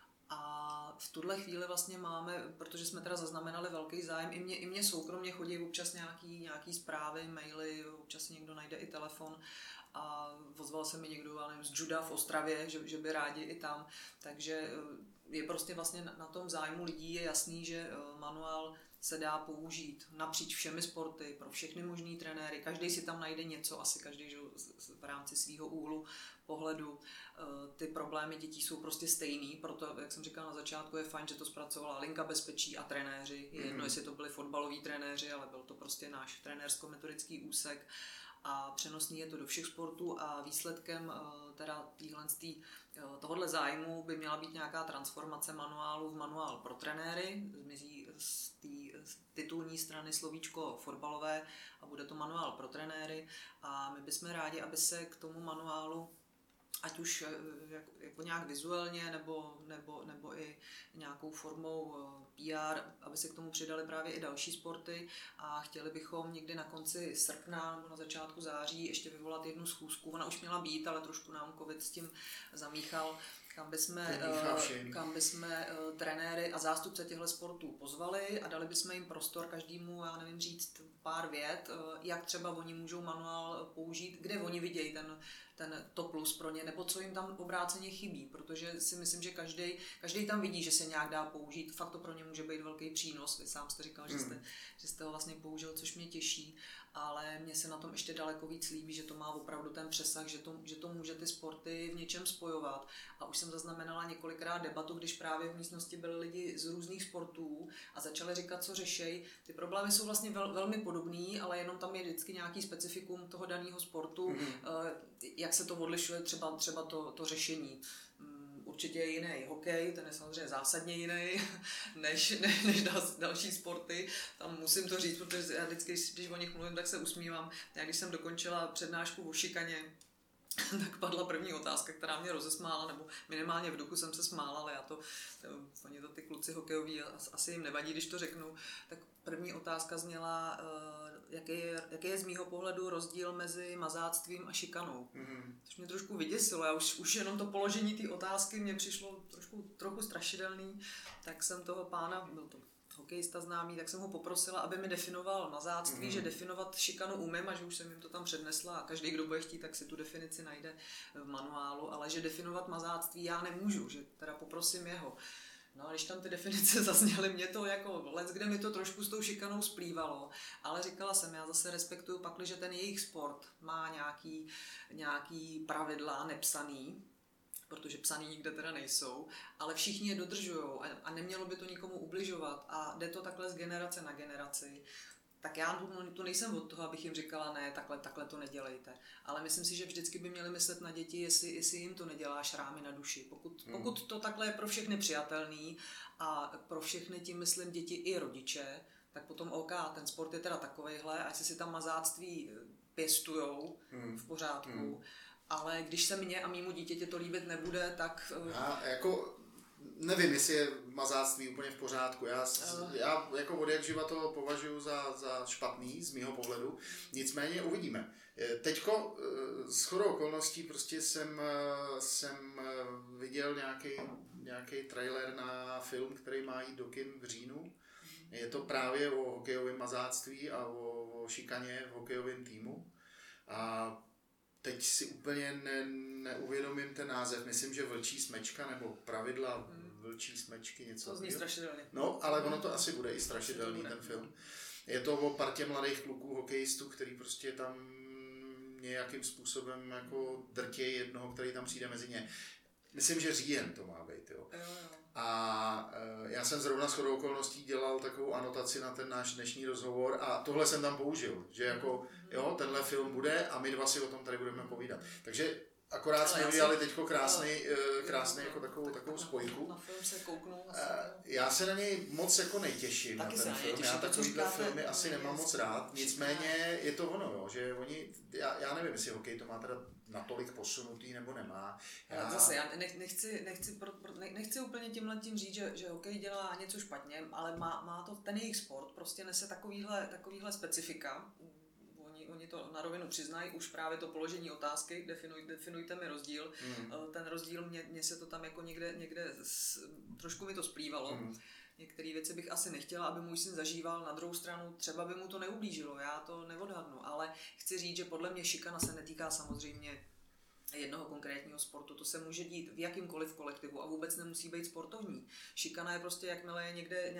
A v tuhle chvíli vlastně máme, protože jsme teda zaznamenali velký zájem, i mě soukromně chodí občas nějaký zprávy, maily, občas někdo najde i telefon a ozval se mi někdo, já nevím, z juda v Ostravě, že by rádi i tam. Takže je prostě vlastně na tom zájmu lidí je jasný, že manuál se dá použít napříč všemi sporty, pro všechny možný trenéry. Každý si tam najde něco, asi každý v rámci svého úhlu pohledu. Ty problémy dětí jsou prostě stejný, proto, jak jsem říkala na začátku, je fajn, že to zpracovala linka bezpečí a trenéři. Je jedno, jestli to byli fotbaloví trenéři, ale byl to prostě náš trenérsko-metodický úsek. A přenosný je to do všech sportů a výsledkem teda tohohle zájmu by měla být nějaká transformace manuálu v manuál pro trenéry. Zmizí z té titulní strany slovíčko fotbalové a bude to manuál pro trenéry. A my bychom rádi, aby se k tomu manuálu ať už jako nějak vizuálně nebo i nějakou formou PR, aby se k tomu přidali právě i další sporty a chtěli bychom někdy na konci srpna nebo na začátku září ještě vyvolat jednu schůzku. Ona už měla být, ale trošku nám covid s tím zamíchal, kam bychom trenéry a zástupce těchto sportů pozvali a dali bychom jim prostor každému, já nevím, říct pár vět, jak třeba oni můžou manuál použít, kde oni vidějí to plus pro ně, nebo co jim tam obráceně chybí, protože si myslím, že každý tam vidí, že se nějak dá použít, fakt to pro ně může být velký přínos, vy sám jste říkal, že jste ho vlastně použil, což mě těší, ale mně se na tom ještě daleko víc líbí, že to má opravdu ten přesah, že to může ty sporty v něčem spojovat a už jsem zaznamenala několikrát debatu, když právě v místnosti byli lidi z různých sportů a začali říkat, co řešej. Ty problémy jsou vlastně velmi podobný, ale jenom tam je vždycky nějaký specifikum toho daného sportu, jak se to odlišuje třeba to řešení. Určitě je jiný hokej, ten je samozřejmě zásadně jiný než další sporty. Tam musím to říct, protože já vždycky, když o nich mluvím, tak se usmívám. Já když jsem dokončila přednášku o šikaně, tak padla první otázka, která mě rozesmála, nebo minimálně v duchu jsem se smála, ale oni to ty kluci hokejoví, asi jim nevadí, když to řeknu. Tak první otázka zněla, jaký je z mýho pohledu rozdíl mezi mazáctvím a šikanou. Což mě trošku vyděsilo, já už jenom to položení té otázky mě přišlo trochu strašidelný, tak jsem toho pána, byl to hokejista známý, tak jsem ho poprosila, aby mi definoval mazáctví, že definovat šikanu umím a že už jsem jim to tam přednesla a každý, kdo bude chtít, tak si tu definici najde v manuálu, ale že definovat mazáctví já nemůžu, že teda poprosím jeho. No a když tam ty definice zazněly, mě to jako leckde mi to trošku s tou šikanou splývalo, ale říkala jsem, já zase respektuju pakli, že ten jejich sport má nějaký pravidla nepsaný, protože psaný nikde teda nejsou, ale všichni je dodržujou a nemělo by to nikomu ubližovat a jde to takhle z generace na generaci. Tak já tu nejsem od toho, abych jim říkala, ne, takhle to nedělejte. Ale myslím si, že vždycky by měli myslet na děti, jestli jim to nedělá šrámy na duši. Pokud to takhle je pro všechny přijatelný a pro všechny tím myslím děti i rodiče, tak potom OK, ten sport je teda takovejhle, ať si tam mazáctví pěstujou v pořádku. Ale když se mně a mýmu dítěti to líbit nebude, tak... Nevím, jestli je mazáctví úplně v pořádku. Já jako odjakživa to považuji za špatný z mýho pohledu. Nicméně uvidíme. Teďko shodou okolností prostě jsem viděl nějaký trailer na film, který má jít do kin v říjnu. Je to právě o hokejovém mazáctví a o šikaně v hokejovém týmu. A teď si úplně neuvědomím ten název. Myslím, že Vlčí smečka nebo pravidla vlčí smečky, něco. To zní strašidelně. No, ale ono to asi bude i strašidelný, ten film. Je to o partě mladých kluků, hokejistů, který prostě tam nějakým způsobem jako drtějí jednoho, který tam přijde mezi ně. Myslím, že říjen to má být, jo. A já jsem zrovna shodou okolností dělal takovou anotaci na ten náš dnešní rozhovor a tohle jsem tam použil, že jako jo, tenhle film bude a my dva si o tom tady budeme povídat. Takže akorát jsme udělali teďko krásný jako takovou spojku. Na film se kouknu. Já se na něj moc jako nejtěším, na ten film. Já takovýhle filmy asi nemám moc rád. Nicméně je to ono, jo, že oni, já nevím, jestli hokej to má teda natolik posunutý nebo nemá. Já nechci úplně tímhletím říct, že hokej dělá něco špatně, ale má to ten jejich sport, prostě nese takovýhle specifika. Oni to na rovinu přiznají, už právě to položení otázky, definujte mi rozdíl. Ten rozdíl, mně se to tam jako někde trošku mi to splývalo. Některé věci bych asi nechtěla, aby můj syn zažíval, na druhou stranu třeba by mu to neublížilo, já to neodhadnu, ale chci říct, že podle mě šikana se netýká samozřejmě jednoho konkrétního sportu. To se může dít v jakýmkoliv kolektivu a vůbec nemusí být sportovní. Šikana je prostě, jakmile je někde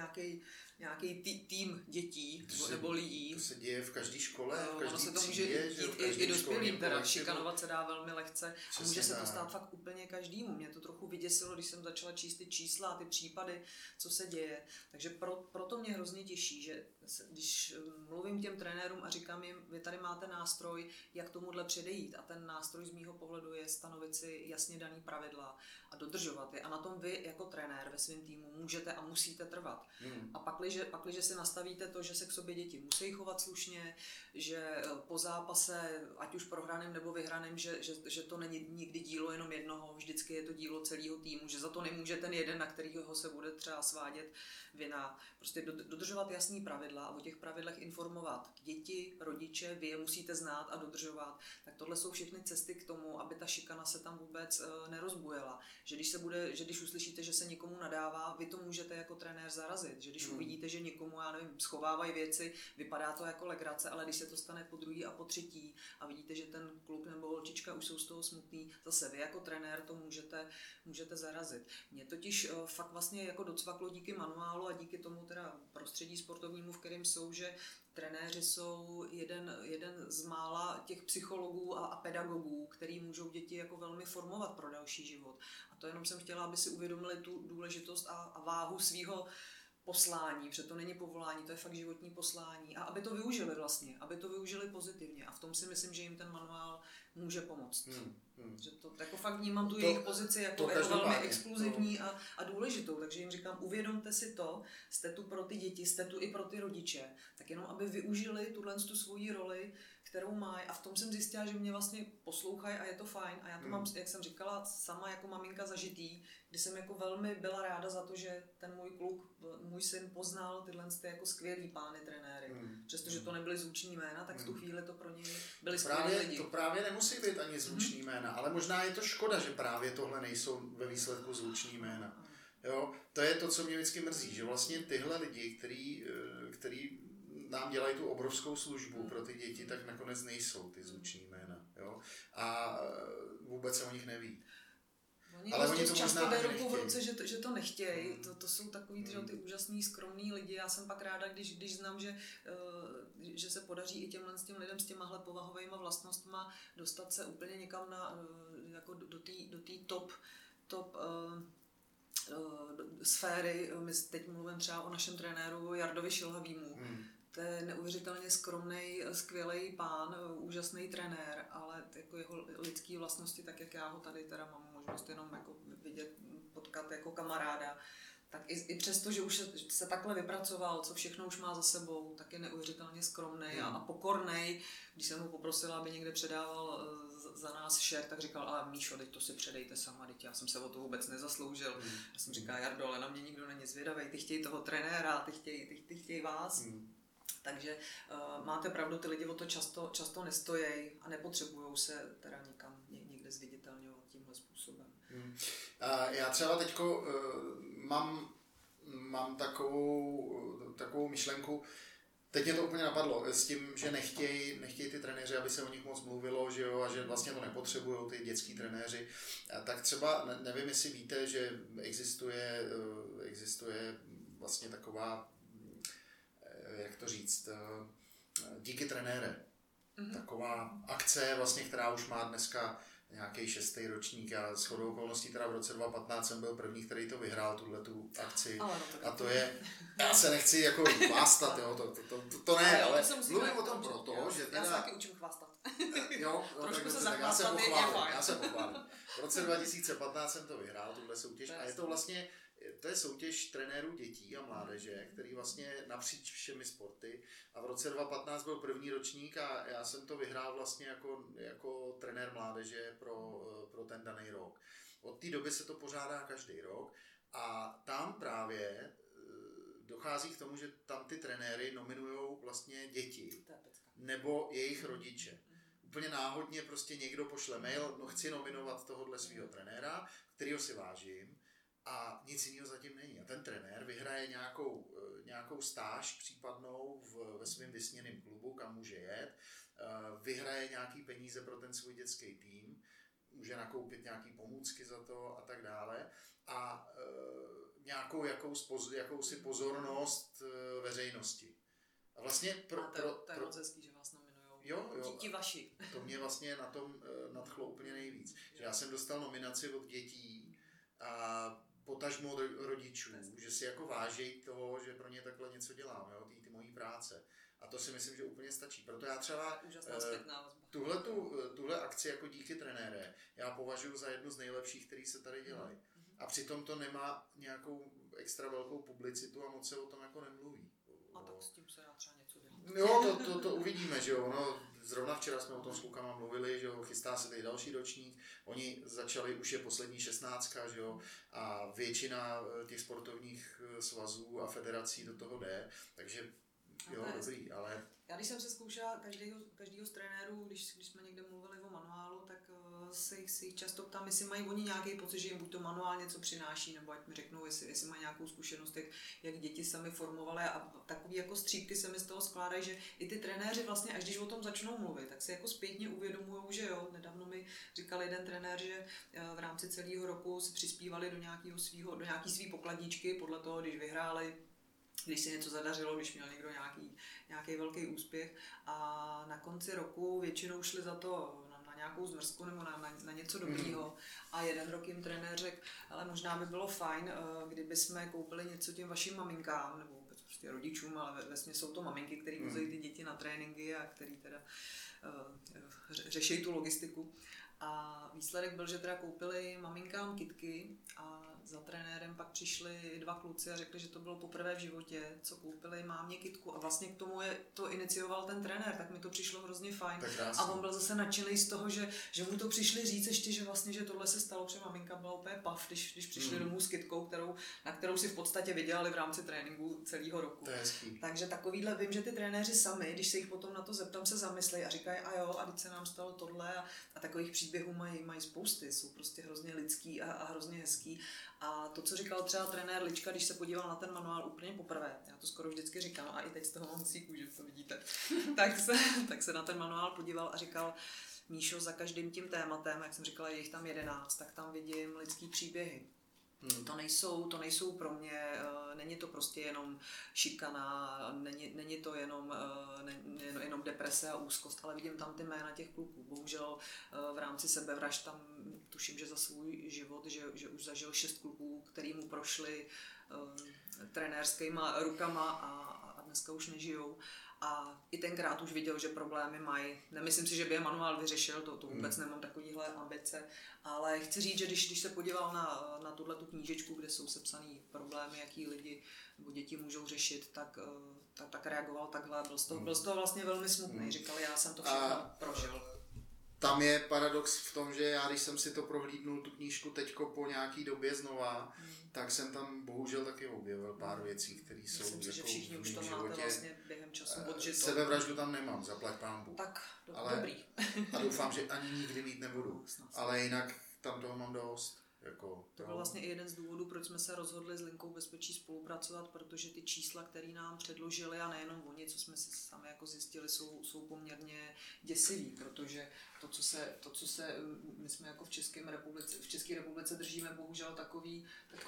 nějaký tým dětí nebo lidí. To se děje v každé škole, v každé se to může třídě, dít i dospělým, teda šikanovat se dá velmi lehce a může se to stát fakt úplně každému. Mě to trochu vyděsilo, když jsem začala číst ty čísla a ty případy, co se děje. Takže proto mě hrozně těší, že když mluvím těm trenérům a říkám jim, vy tady máte nástroj, jak tomuhle předejít, a ten nástroj z mýho pohledu je stanovit si jasně daný pravidla a dodržovat je. A na tom vy jako trenér ve svém týmu můžete a musíte trvat. A pakliže si nastavíte to, že se k sobě děti musí chovat slušně, že po zápase, ať už prohraným nebo vyhraným, že to není nikdy dílo jenom jednoho, vždycky je to dílo celého týmu, že za to nemůže ten jeden, na kterýho se bude třeba svádět vina. Prostě dodržovat jasný pravidla a o těch pravidlech informovat děti, rodiče, vy je musíte znát a dodržovat. Tak tohle jsou všechny cesty k tomu, aby ta šikana se tam vůbec nerozbujela. Že když uslyšíte, že se někomu nadává, vy to můžete jako trenér zarazit. Že když uvidíte, že někomu, já nevím, schovávají věci, vypadá to jako legrace, ale když se to stane po druhý a po třetí a vidíte, že ten kluk nebo holčička už jsou z toho smutný, zase vy jako trenér to můžete zarazit. Mě totiž fakt vlastně jako docvaklo díky manuálu a díky tomu teda prostředí sportovnímu, v kterém jsou, že trenéři jsou jeden z mála těch psychologů a pedagogů, který můžou děti jako velmi formovat pro další život. A to jenom jsem chtěla, aby si uvědomili tu důležitost a váhu svého poslání, protože to není povolání, to je fakt životní poslání. A aby to využili vlastně, aby to využili pozitivně. A v tom si myslím, že jim ten manuál může pomoct. Že to jako fakt vnímám tu jejich pozici jako velmi exkluzivní a důležitou. Takže jim říkám, uvědomte si to, jste tu pro ty děti, jste tu i pro ty rodiče. Tak jenom, aby využili tu svoji roli, kterou mají. A v tom jsem zjistila, že mě vlastně poslouchají a je to fajn. A já to mám, jak jsem říkala, sama jako maminka zažitý, kdy jsem jako velmi byla ráda za to, že ten můj kluk, můj syn poznal tyhle jako skvělý pány trenéry. Přestože to nebyly zvuční jména, tak v tu chvíli to pro něj byly skvělí lidi. To právě nemusí být ani zvuční jména, ale možná je to škoda, že právě tohle nejsou ve výsledku zvuční jména. Jo? To je to, co mě vždycky mrzí, že vlastně tyhle lidi, který nám dělají tu obrovskou službu pro ty děti, tak nakonec nejsou ty zvuční jména. Jo? A vůbec se o nich neví. Ale oni to často berou po ruce, že to nechtějí. To jsou takový ty úžasný, skromný lidi. Já jsem pak ráda, když znám, že se podaří i těm lidem s těmahle povahovými vlastnostma dostat se úplně někam jako do té top sféry. My teď mluvím třeba o našem trenéru Jardovi Šilhavýmu. To je neuvěřitelně skromný, skvělý pán, úžasný trenér, ale jako jeho lidské vlastnosti, tak jak já ho tady teda mám možnost jenom jako vidět, potkat jako kamaráda, tak i přesto, že už se takhle vypracoval, co všechno už má za sebou, tak je neuvěřitelně skromný a pokorný. Když jsem ho poprosila, aby někde předával za nás šér, tak říkal, ale Míšo, teď to si předejte sama, teď já jsem se o to vůbec nezasloužil. Já jsem říkala, Jardo, ale na mě nikdo není zvědavej, ty chtějí toho trenéra, ty chtějí vás. Takže máte pravdu, ty lidi o to často nestojí a nepotřebujou se teda nikam někde zviditelňovat tímhle způsobem. Já třeba teďko mám takovou myšlenku, teď mě to úplně napadlo, s tím, že nechtějí ty trenéři, aby se o nich moc mluvilo, že jo, a že vlastně to nepotřebujou ty dětský trenéři. Tak třeba, nevím, jestli víte, že existuje vlastně taková, jak to říct, díky trenére. Taková akce, vlastně, která už má dneska nějaký 6. ročník. Já shodou okolností teda v roce 2015 jsem byl první, který to vyhrál, tu akci. A to je, já se nechci jako chvástat, jo, to ne, ale mluvím o tom proto, že teda... Já se taky učím chvástat. Jo, trošku se zachvástat já se pochválím. V roce 2015 jsem to vyhrál, tuhle soutěž, a je to vlastně, to je soutěž trenérů dětí a mládeže, který vlastně napříč všemi sporty, a v roce 2015 byl první ročník a já jsem to vyhrál vlastně jako trenér mládeže pro ten daný rok. Od té doby se to pořádá každý rok a tam právě dochází k tomu, že tam ty trenéry nominujou vlastně děti nebo jejich rodiče. Úplně náhodně prostě někdo pošle mail, no chci nominovat tohohle svého trenéra, kterýho si vážím, a nic jiného zatím není. A ten trenér vyhraje nějakou stáž případnou ve svém vysněném klubu, kam může jet, vyhraje nějaký peníze pro ten svůj dětský tým, může nakoupit nějaký pomůcky za to a tak dále. A nějakou jakousi pozornost veřejnosti. A vlastně to je moc hezký, že vás nominujou. Ti vaši. To mě vlastně na tom nadchlo úplně nejvíc. Že já jsem dostal nominaci od dětí a potažmo rodičů, že si jako vážejí toho, že pro ně takhle něco dělám, jo, ty mojí práce. A to si myslím, že úplně stačí. Proto já třeba tuhle akci jako Díky trenére, já považuji za jednu z nejlepších, které se tady dělají. A přitom to nemá nějakou extra velkou publicitu a moc se o tom jako nemluví. A tak s tím se dá třeba něco dělat. Jo, to uvidíme, že jo. No, zrovna včera jsme o tom s klukama mluvili, že jo, chystá se tady další ročník. Oni začali, už je poslední 16, že jo, a většina těch sportovních svazů a federací do toho jde, takže jo, dobrý, ale... Já když jsem se zkoušela každýho z trenérů, když jsme někde mluvili o manuálu, tak se jich často ptám, jestli mají oni nějaký pocit, že jim buď to manuál něco přináší, nebo ať mi řeknou, jestli mají nějakou zkušenost, jak děti sami formovaly, a takový jako střípky se mi z toho skládají, že i ty trenéři vlastně, až když o tom začnou mluvit, tak si jako zpětně uvědomujou, že jo, nedávno mi říkal jeden trenér, že v rámci celého roku si přispívali do nějaký svý pokladničky, podle toho, když vyhráli, když se něco zadařilo, když měl někdo nějaký velký úspěch, a na konci roku většinou šli za to na nějakou zmrzku nebo na něco dobrýho, a jeden rok jim trenér řekl, ale možná by bylo fajn, kdyby jsme koupili něco těm vašim maminkám, nebo vůbec prostě rodičům, ale vesměs jsou to maminky, které vozejí ty děti na tréninky a který teda řeší tu logistiku. A výsledek byl, že teda koupili maminkám kitky a za trenérem pak přišli dva kluci a řekli, že to bylo poprvé v životě, co koupili mámě kitku, a vlastně k tomu to inicioval ten trenér, tak mi to přišlo hrozně fajn. A on byl zase nadšený z toho, že mu to přišli říct ještě, že vlastně, že tohle se stalo, protože maminka byla úplně pav, když přišli domů s kitkou, na kterou si v podstatě vydělali v rámci tréninku celého roku. Takže takovýhle, vím, že ty trenéři sami, když se jich potom na to zeptám, se zamyslejí a říkají, a jo, a teď se nám stalo tohle, a takových příběhů mají spousty, jsou prostě hrozně lidský a hrozně hezký. A to, co říkal třeba trenér Lička, když se podíval na ten manuál úplně poprvé, já to skoro vždycky říkám, a i teď z toho mám husí kůži, to vidíte, tak se na ten manuál podíval a říkal, Míšo, za každým tím tématem, jak jsem říkala, je jich tam 11, tak tam vidím lidský příběhy. To nejsou pro mě, není to prostě jenom šikana, není to jenom deprese a úzkost, ale vidím tam ty jména těch kluků. Bohužel v rámci sebevražd tam tuším, že za svůj život, že už zažil 6 kluků, který mu prošli trenérskýma rukama a dneska už nežijou. A i tenkrát už viděl, že problémy mají. Nemyslím si, že by je manuál vyřešil, to vůbec nemám takovýhle ambice, ale chci říct, že když se podíval na tuhletu knížečku, kde jsou sepsaný problémy, jaký lidi nebo děti můžou řešit, tak reagoval takhle. Byl z toho vlastně velmi smutný. Říkal, já jsem to všechno prožil. Tam je paradox v tom, že já, když jsem si to prohlídnul, tu knížku teďko po nějaký době znova, tak jsem tam bohužel taky objevil pár věcí, které jsou myslím si, že všichni už to máte vlastně během času odžito. Sebevraždu tam nemám, zaplať pán Bůh. Tak, dobrý. A doufám, že ani nikdy mít nebudu. Ale jinak tam toho mám dost. To byl vlastně i jeden z důvodů, proč jsme se rozhodli s Linkou bezpečí spolupracovat, protože ty čísla, které nám předložili, a nejenom oni, co jsme si sami jako zjistili, jsou poměrně děsivý, protože to, co se my jsme jako v České republice držíme bohužel takový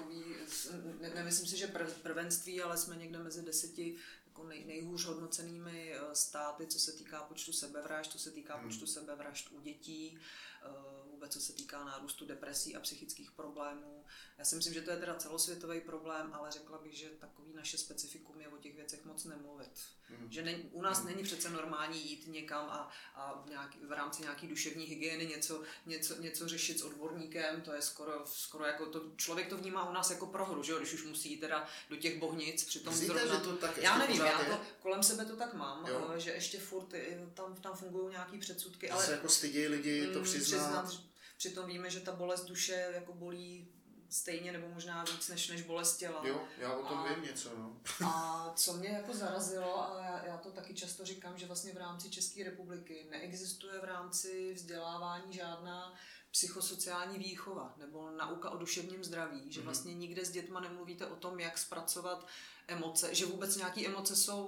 nemyslím si, že prvenství, ale jsme někde mezi 10 jako nejhůř hodnocenými státy, co se týká počtu sebevražd, co se týká počtu sebevražd u dětí, vůbec co se týká nárůstu depresí a psychických problémů. Já si myslím, že to je teda celosvětový problém, ale řekla bych, že takový naše specifikum je o těch věcech moc nemluvit. Že u nás není přece normální jít někam a v rámci nějaký duševní hygieny něco řešit s odborníkem, to je skoro jako to, člověk to vnímá u nás jako prohru, že jo, když už musí to do těch bohnic, přitom zrovna, to tak já nevím, kolem sebe to tak mám, že ještě furt tam fungují nějaký předsudky, ale se jako stydějí lidi to přiznat. Přitom víme, že ta bolest duše jako bolí stejně nebo možná víc než bolest těla. Jo, já o tom vím něco. No. A co mě jako zarazilo, a já to taky často říkám, že vlastně v rámci České republiky neexistuje v rámci vzdělávání žádná psychosociální výchova nebo nauka o duševním zdraví, že vlastně nikde s dětma nemluvíte o tom, jak zpracovat emoce, že vůbec nějaké emoce jsou,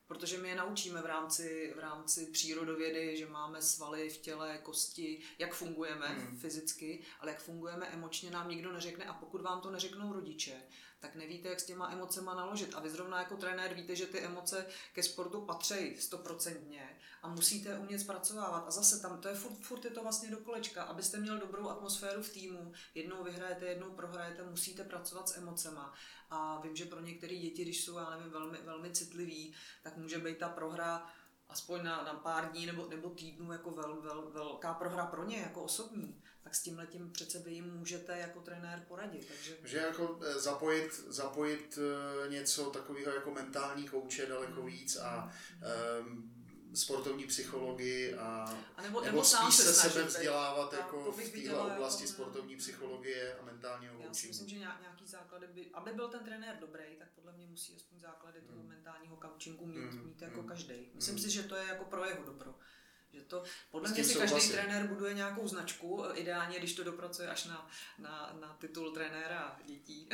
Protože my je naučíme v rámci přírodovědy, že máme svaly v těle, kosti, jak fungujeme fyzicky, ale jak fungujeme emočně nám nikdo neřekne a pokud vám to neřeknou rodiče, tak nevíte, jak s těma emocema naložit. A vy zrovna jako trenér víte, že ty emoce ke sportu patří 100% a musíte umět zpracovávat. A zase tam, to je furt je to vlastně do kolečka. Abyste měl dobrou atmosféru v týmu, jednou vyhrajete, jednou prohrajete, musíte pracovat s emocema. A vím, že pro některé děti, když jsou, já nevím, velmi, velmi citliví, tak může být ta prohra aspoň na pár dní nebo týdnů jako velká prohra pro ně, jako osobní. Tak s tímhletím přece vy jim můžete jako trenér poradit. Takže že jako zapojit něco takového jako mentální kouče daleko víc a sportovní psychologii nebo spíš se sebe vzdělávat jako v téhle oblasti sportovní psychologie a mentálního coachingu. Já si myslím, že nějaký základy aby byl ten trenér dobrý, tak podle mě musí aspoň základy toho mentálního coachingu mít jako každý. Myslím si, že to je jako pro jeho dobro. Že to, podle mě si každý trenér buduje nějakou značku, ideálně, když to dopracuje až na titul trenéra dětí,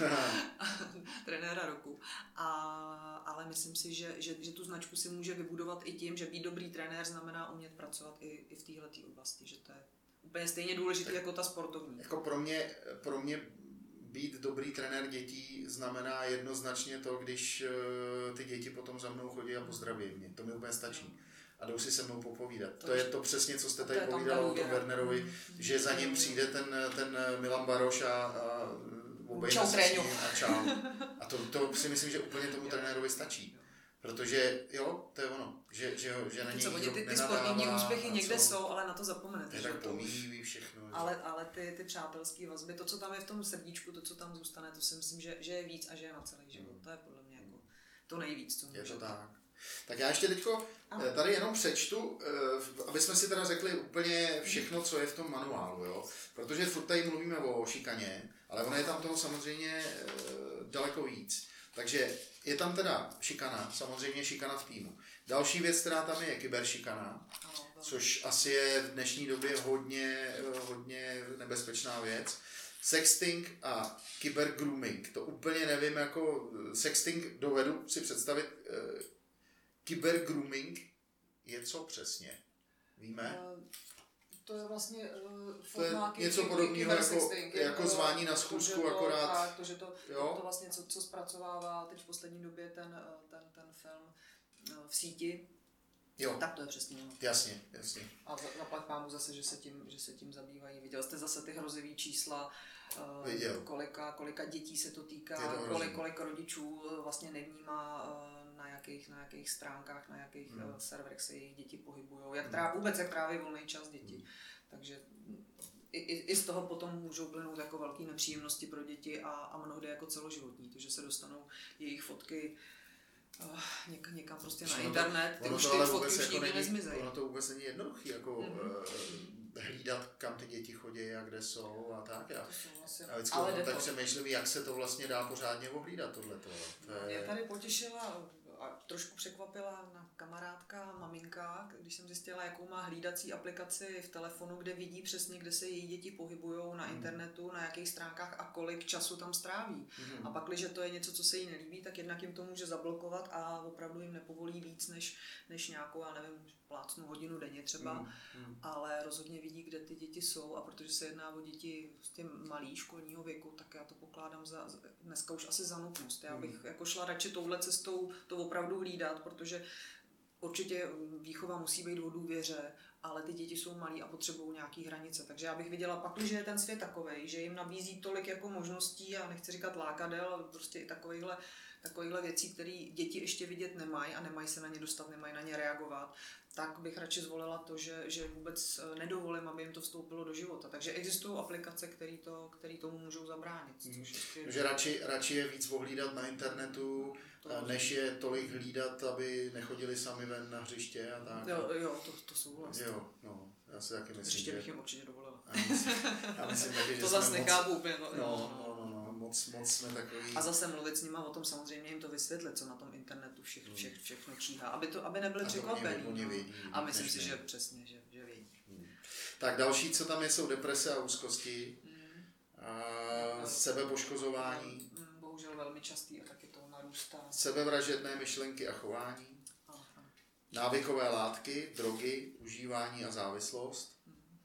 trenéra roku. Ale myslím si, že tu značku si může vybudovat i tím, že být dobrý trenér znamená umět pracovat i v téhleté oblasti, že to je úplně stejně důležité jako ta sportovní. Jako pro mě být dobrý trenér dětí znamená jednoznačně to, když ty děti potom za mnou chodí a pozdraví mě. To mi úplně stačí. A jdou si se mnou popovídat. To je to přesně, co jste tady povídal o tom Wernerovi, že za ním přijde ten Milan Baroš a obejme se s ním a čau. A to si myslím, že úplně tomu trenérovi stačí. Protože jo, to je ono, že na něj nikdo ty sportovní úspěchy někde jsou, ale na to zapomenete. Je tak pomíjí všechno. Ale ty přátelské vazby, to, co tam je v tom srdíčku, to, co tam zůstane, to si myslím, že je víc a že je na celý život. To je podle mě jako to nejvíc, co může. Je to tak. Tak já ještě teďko tady jenom přečtu, aby jsme si teda řekli úplně všechno, co je v tom manuálu, jo? Protože furt tady mluvíme o šikaně, ale ono je tam toho samozřejmě daleko víc. Takže je tam teda šikana, samozřejmě šikana v týmu. Další věc, která tam je kyberšikana, což asi je v dnešní době hodně nebezpečná věc. Sexting a kybergrooming, to úplně nevím, jako sexting dovedu si představit. Kybergrooming je co přesně? Víme? To je vlastně to je něco podobného jako zvání na schůzku, akorát. To vlastně, co zpracovává teď v poslední době ten film v síti, jo. Tak to je přesně. Jasně. A zaplať pámu zase, že se tím zabývají. Viděl jste zase ty hrozivý čísla, kolika dětí se to týká, kolik rodičů vlastně nevnímá na jakých stránkách, na jakých serverech se jejich děti pohybujou, jak tráví volný čas děti. Takže i z toho potom můžou plynout jako velké nepříjemnosti pro děti a mnohdy jako celoživotní, to, že se dostanou jejich fotky někam prostě na internet, ty fotky už nikdy nezmizejí. Ono to vůbec není jednoduchý, jako hlídat, kam ty děti chodí a kde jsou a tak. Já vždycky tak přemýšlím, jak se to vlastně dá pořádně ohlídat tohleto. Mě tady potěšila a trošku překvapila na kamarádka, maminka, když jsem zjistila, jakou má hlídací aplikaci v telefonu, kde vidí přesně, kde se její děti pohybujou na internetu, na jakých stránkách a kolik času tam stráví. A pak, když to je něco, co se jí nelíbí, tak jednak jim to může zablokovat a opravdu jim nepovolí víc než nějakou, já nevím, plácnu hodinu denně třeba, ale rozhodně vidí, kde ty děti jsou a protože se jedná o děti prostě malý školního věku, tak já to pokládám za dneska už asi za nutnost. Já bych jako šla radši touhle cestou to opravdu hlídat, protože určitě výchova musí být o důvěře, ale ty děti jsou malí a potřebují nějaký hranice. Takže já bych viděla pak, že je ten svět takovej, že jim nabízí tolik jako možností a nechci říkat lákadel, ale prostě i takovýchhle věcí, které děti ještě vidět nemají a nemají se na ně dostat, nemají na ně reagovat, tak bych radši zvolila to, že vůbec nedovolím, aby jim to vstoupilo do života. Takže existují aplikace, které tomu můžou zabránit. Takže radši je víc ohlídat na internetu, než je tolik hlídat, aby nechodili sami ven na hřiště a tak. Jo, to souhlasím. Jo, no, já si taky myslím, hřiště bych jim určitě dovolila. Já myslím taky, že to zase nechápu úplně. Moc jsme takový. A zase mluvit s nima o tom, samozřejmě jim to vysvětlit, co na tom internetu všechno číhá, aby nebyli překvapení. A myslím si, že přesně, že vědí. Tak další, co tam je, jsou deprese a úzkosti, sebepoškozování. Bohužel velmi častý a taky to narůstá. Sebevražedné myšlenky a chování. návykové látky, drogy, užívání a závislost,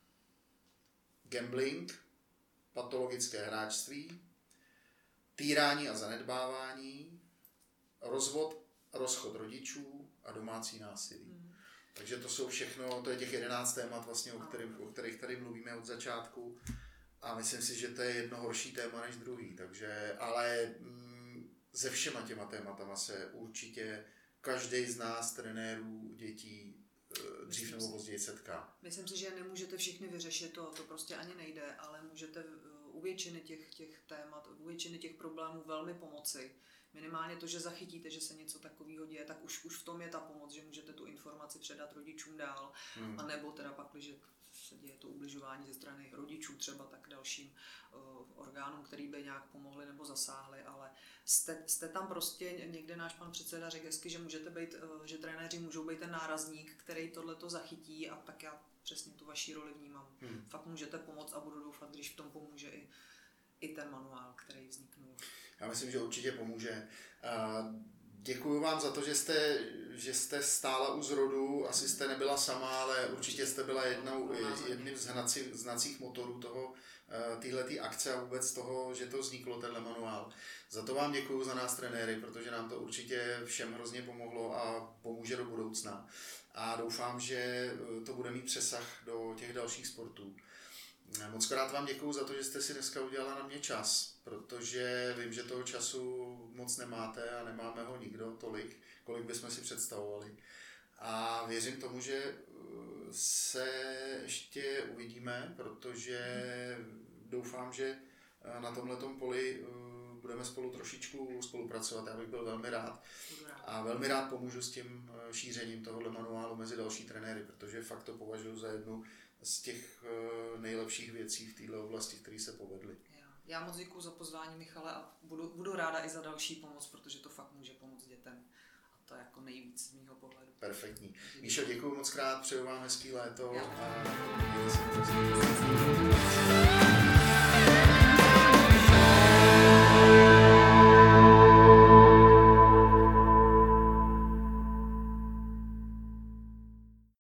gambling, patologické hráčství, týrání a zanedbávání, rozchod rodičů a domácí násilí. Takže to jsou všechno, to je těch 11 témat, vlastně, o kterých tady mluvíme od začátku. A myslím si, že to je jedno horší téma než druhý. Takže, ale se všema těma tématama se určitě každý z nás, trenérů, dětí, dřív nebo později setká. Myslím si, že nemůžete všechny vyřešit, to prostě ani nejde, ale můžete u většiny těch témat, u většiny těch problémů velmi pomoci. Minimálně to, že zachytíte, že se něco takového děje, tak už v tom je ta pomoc, že můžete tu informaci předat rodičům dál, a nebo teda pak, když se děje to ubližování ze strany rodičů třeba, tak dalším orgánům, který by nějak pomohli nebo zasáhli, ale jste tam prostě, někde náš pan předseda řekl hezky, že můžete být, že trenéři můžou být ten nárazník, který tohleto zachytí, a tak já přesně tu vaší roli vnímám. Fakt můžete pomoct a budu doufat, když v tom pomůže i ten manuál, který vzniknul. Já myslím, že určitě pomůže. Děkuji vám za to, že jste stála u zrodu. Asi jste nebyla sama, ale určitě jste byla jedním z hnacích motorů téhletý akce a vůbec toho, že to vzniklo, tenhle manuál. Za to vám děkuji za nás trenéry, protože nám to určitě všem hrozně pomohlo a pomůže do budoucna. A doufám, že to bude mít přesah do těch dalších sportů. Moc krát vám děkuju za to, že jste si dneska udělala na mě čas, protože vím, že toho času moc nemáte a nemáme ho nikdo tolik, kolik bychom si představovali. A věřím tomu, že se ještě uvidíme, protože doufám, že na tomhletom poli budeme spolu trošičku spolupracovat. Já bych byl velmi rád a velmi rád pomůžu s tím šířením tohohle manuálu mezi další trenéry, protože fakt to považuji za jednu z těch nejlepších věcí v této oblasti, které se povedly. Já moc děkuji za pozvání, Michale, a budu ráda i za další pomoc, protože to fakt může pomoct dětem. A to je jako nejvíc z mýho pohledu. Perfektní. Míšo, děkuji moc krát, přeju vám hezký léto a mějte se.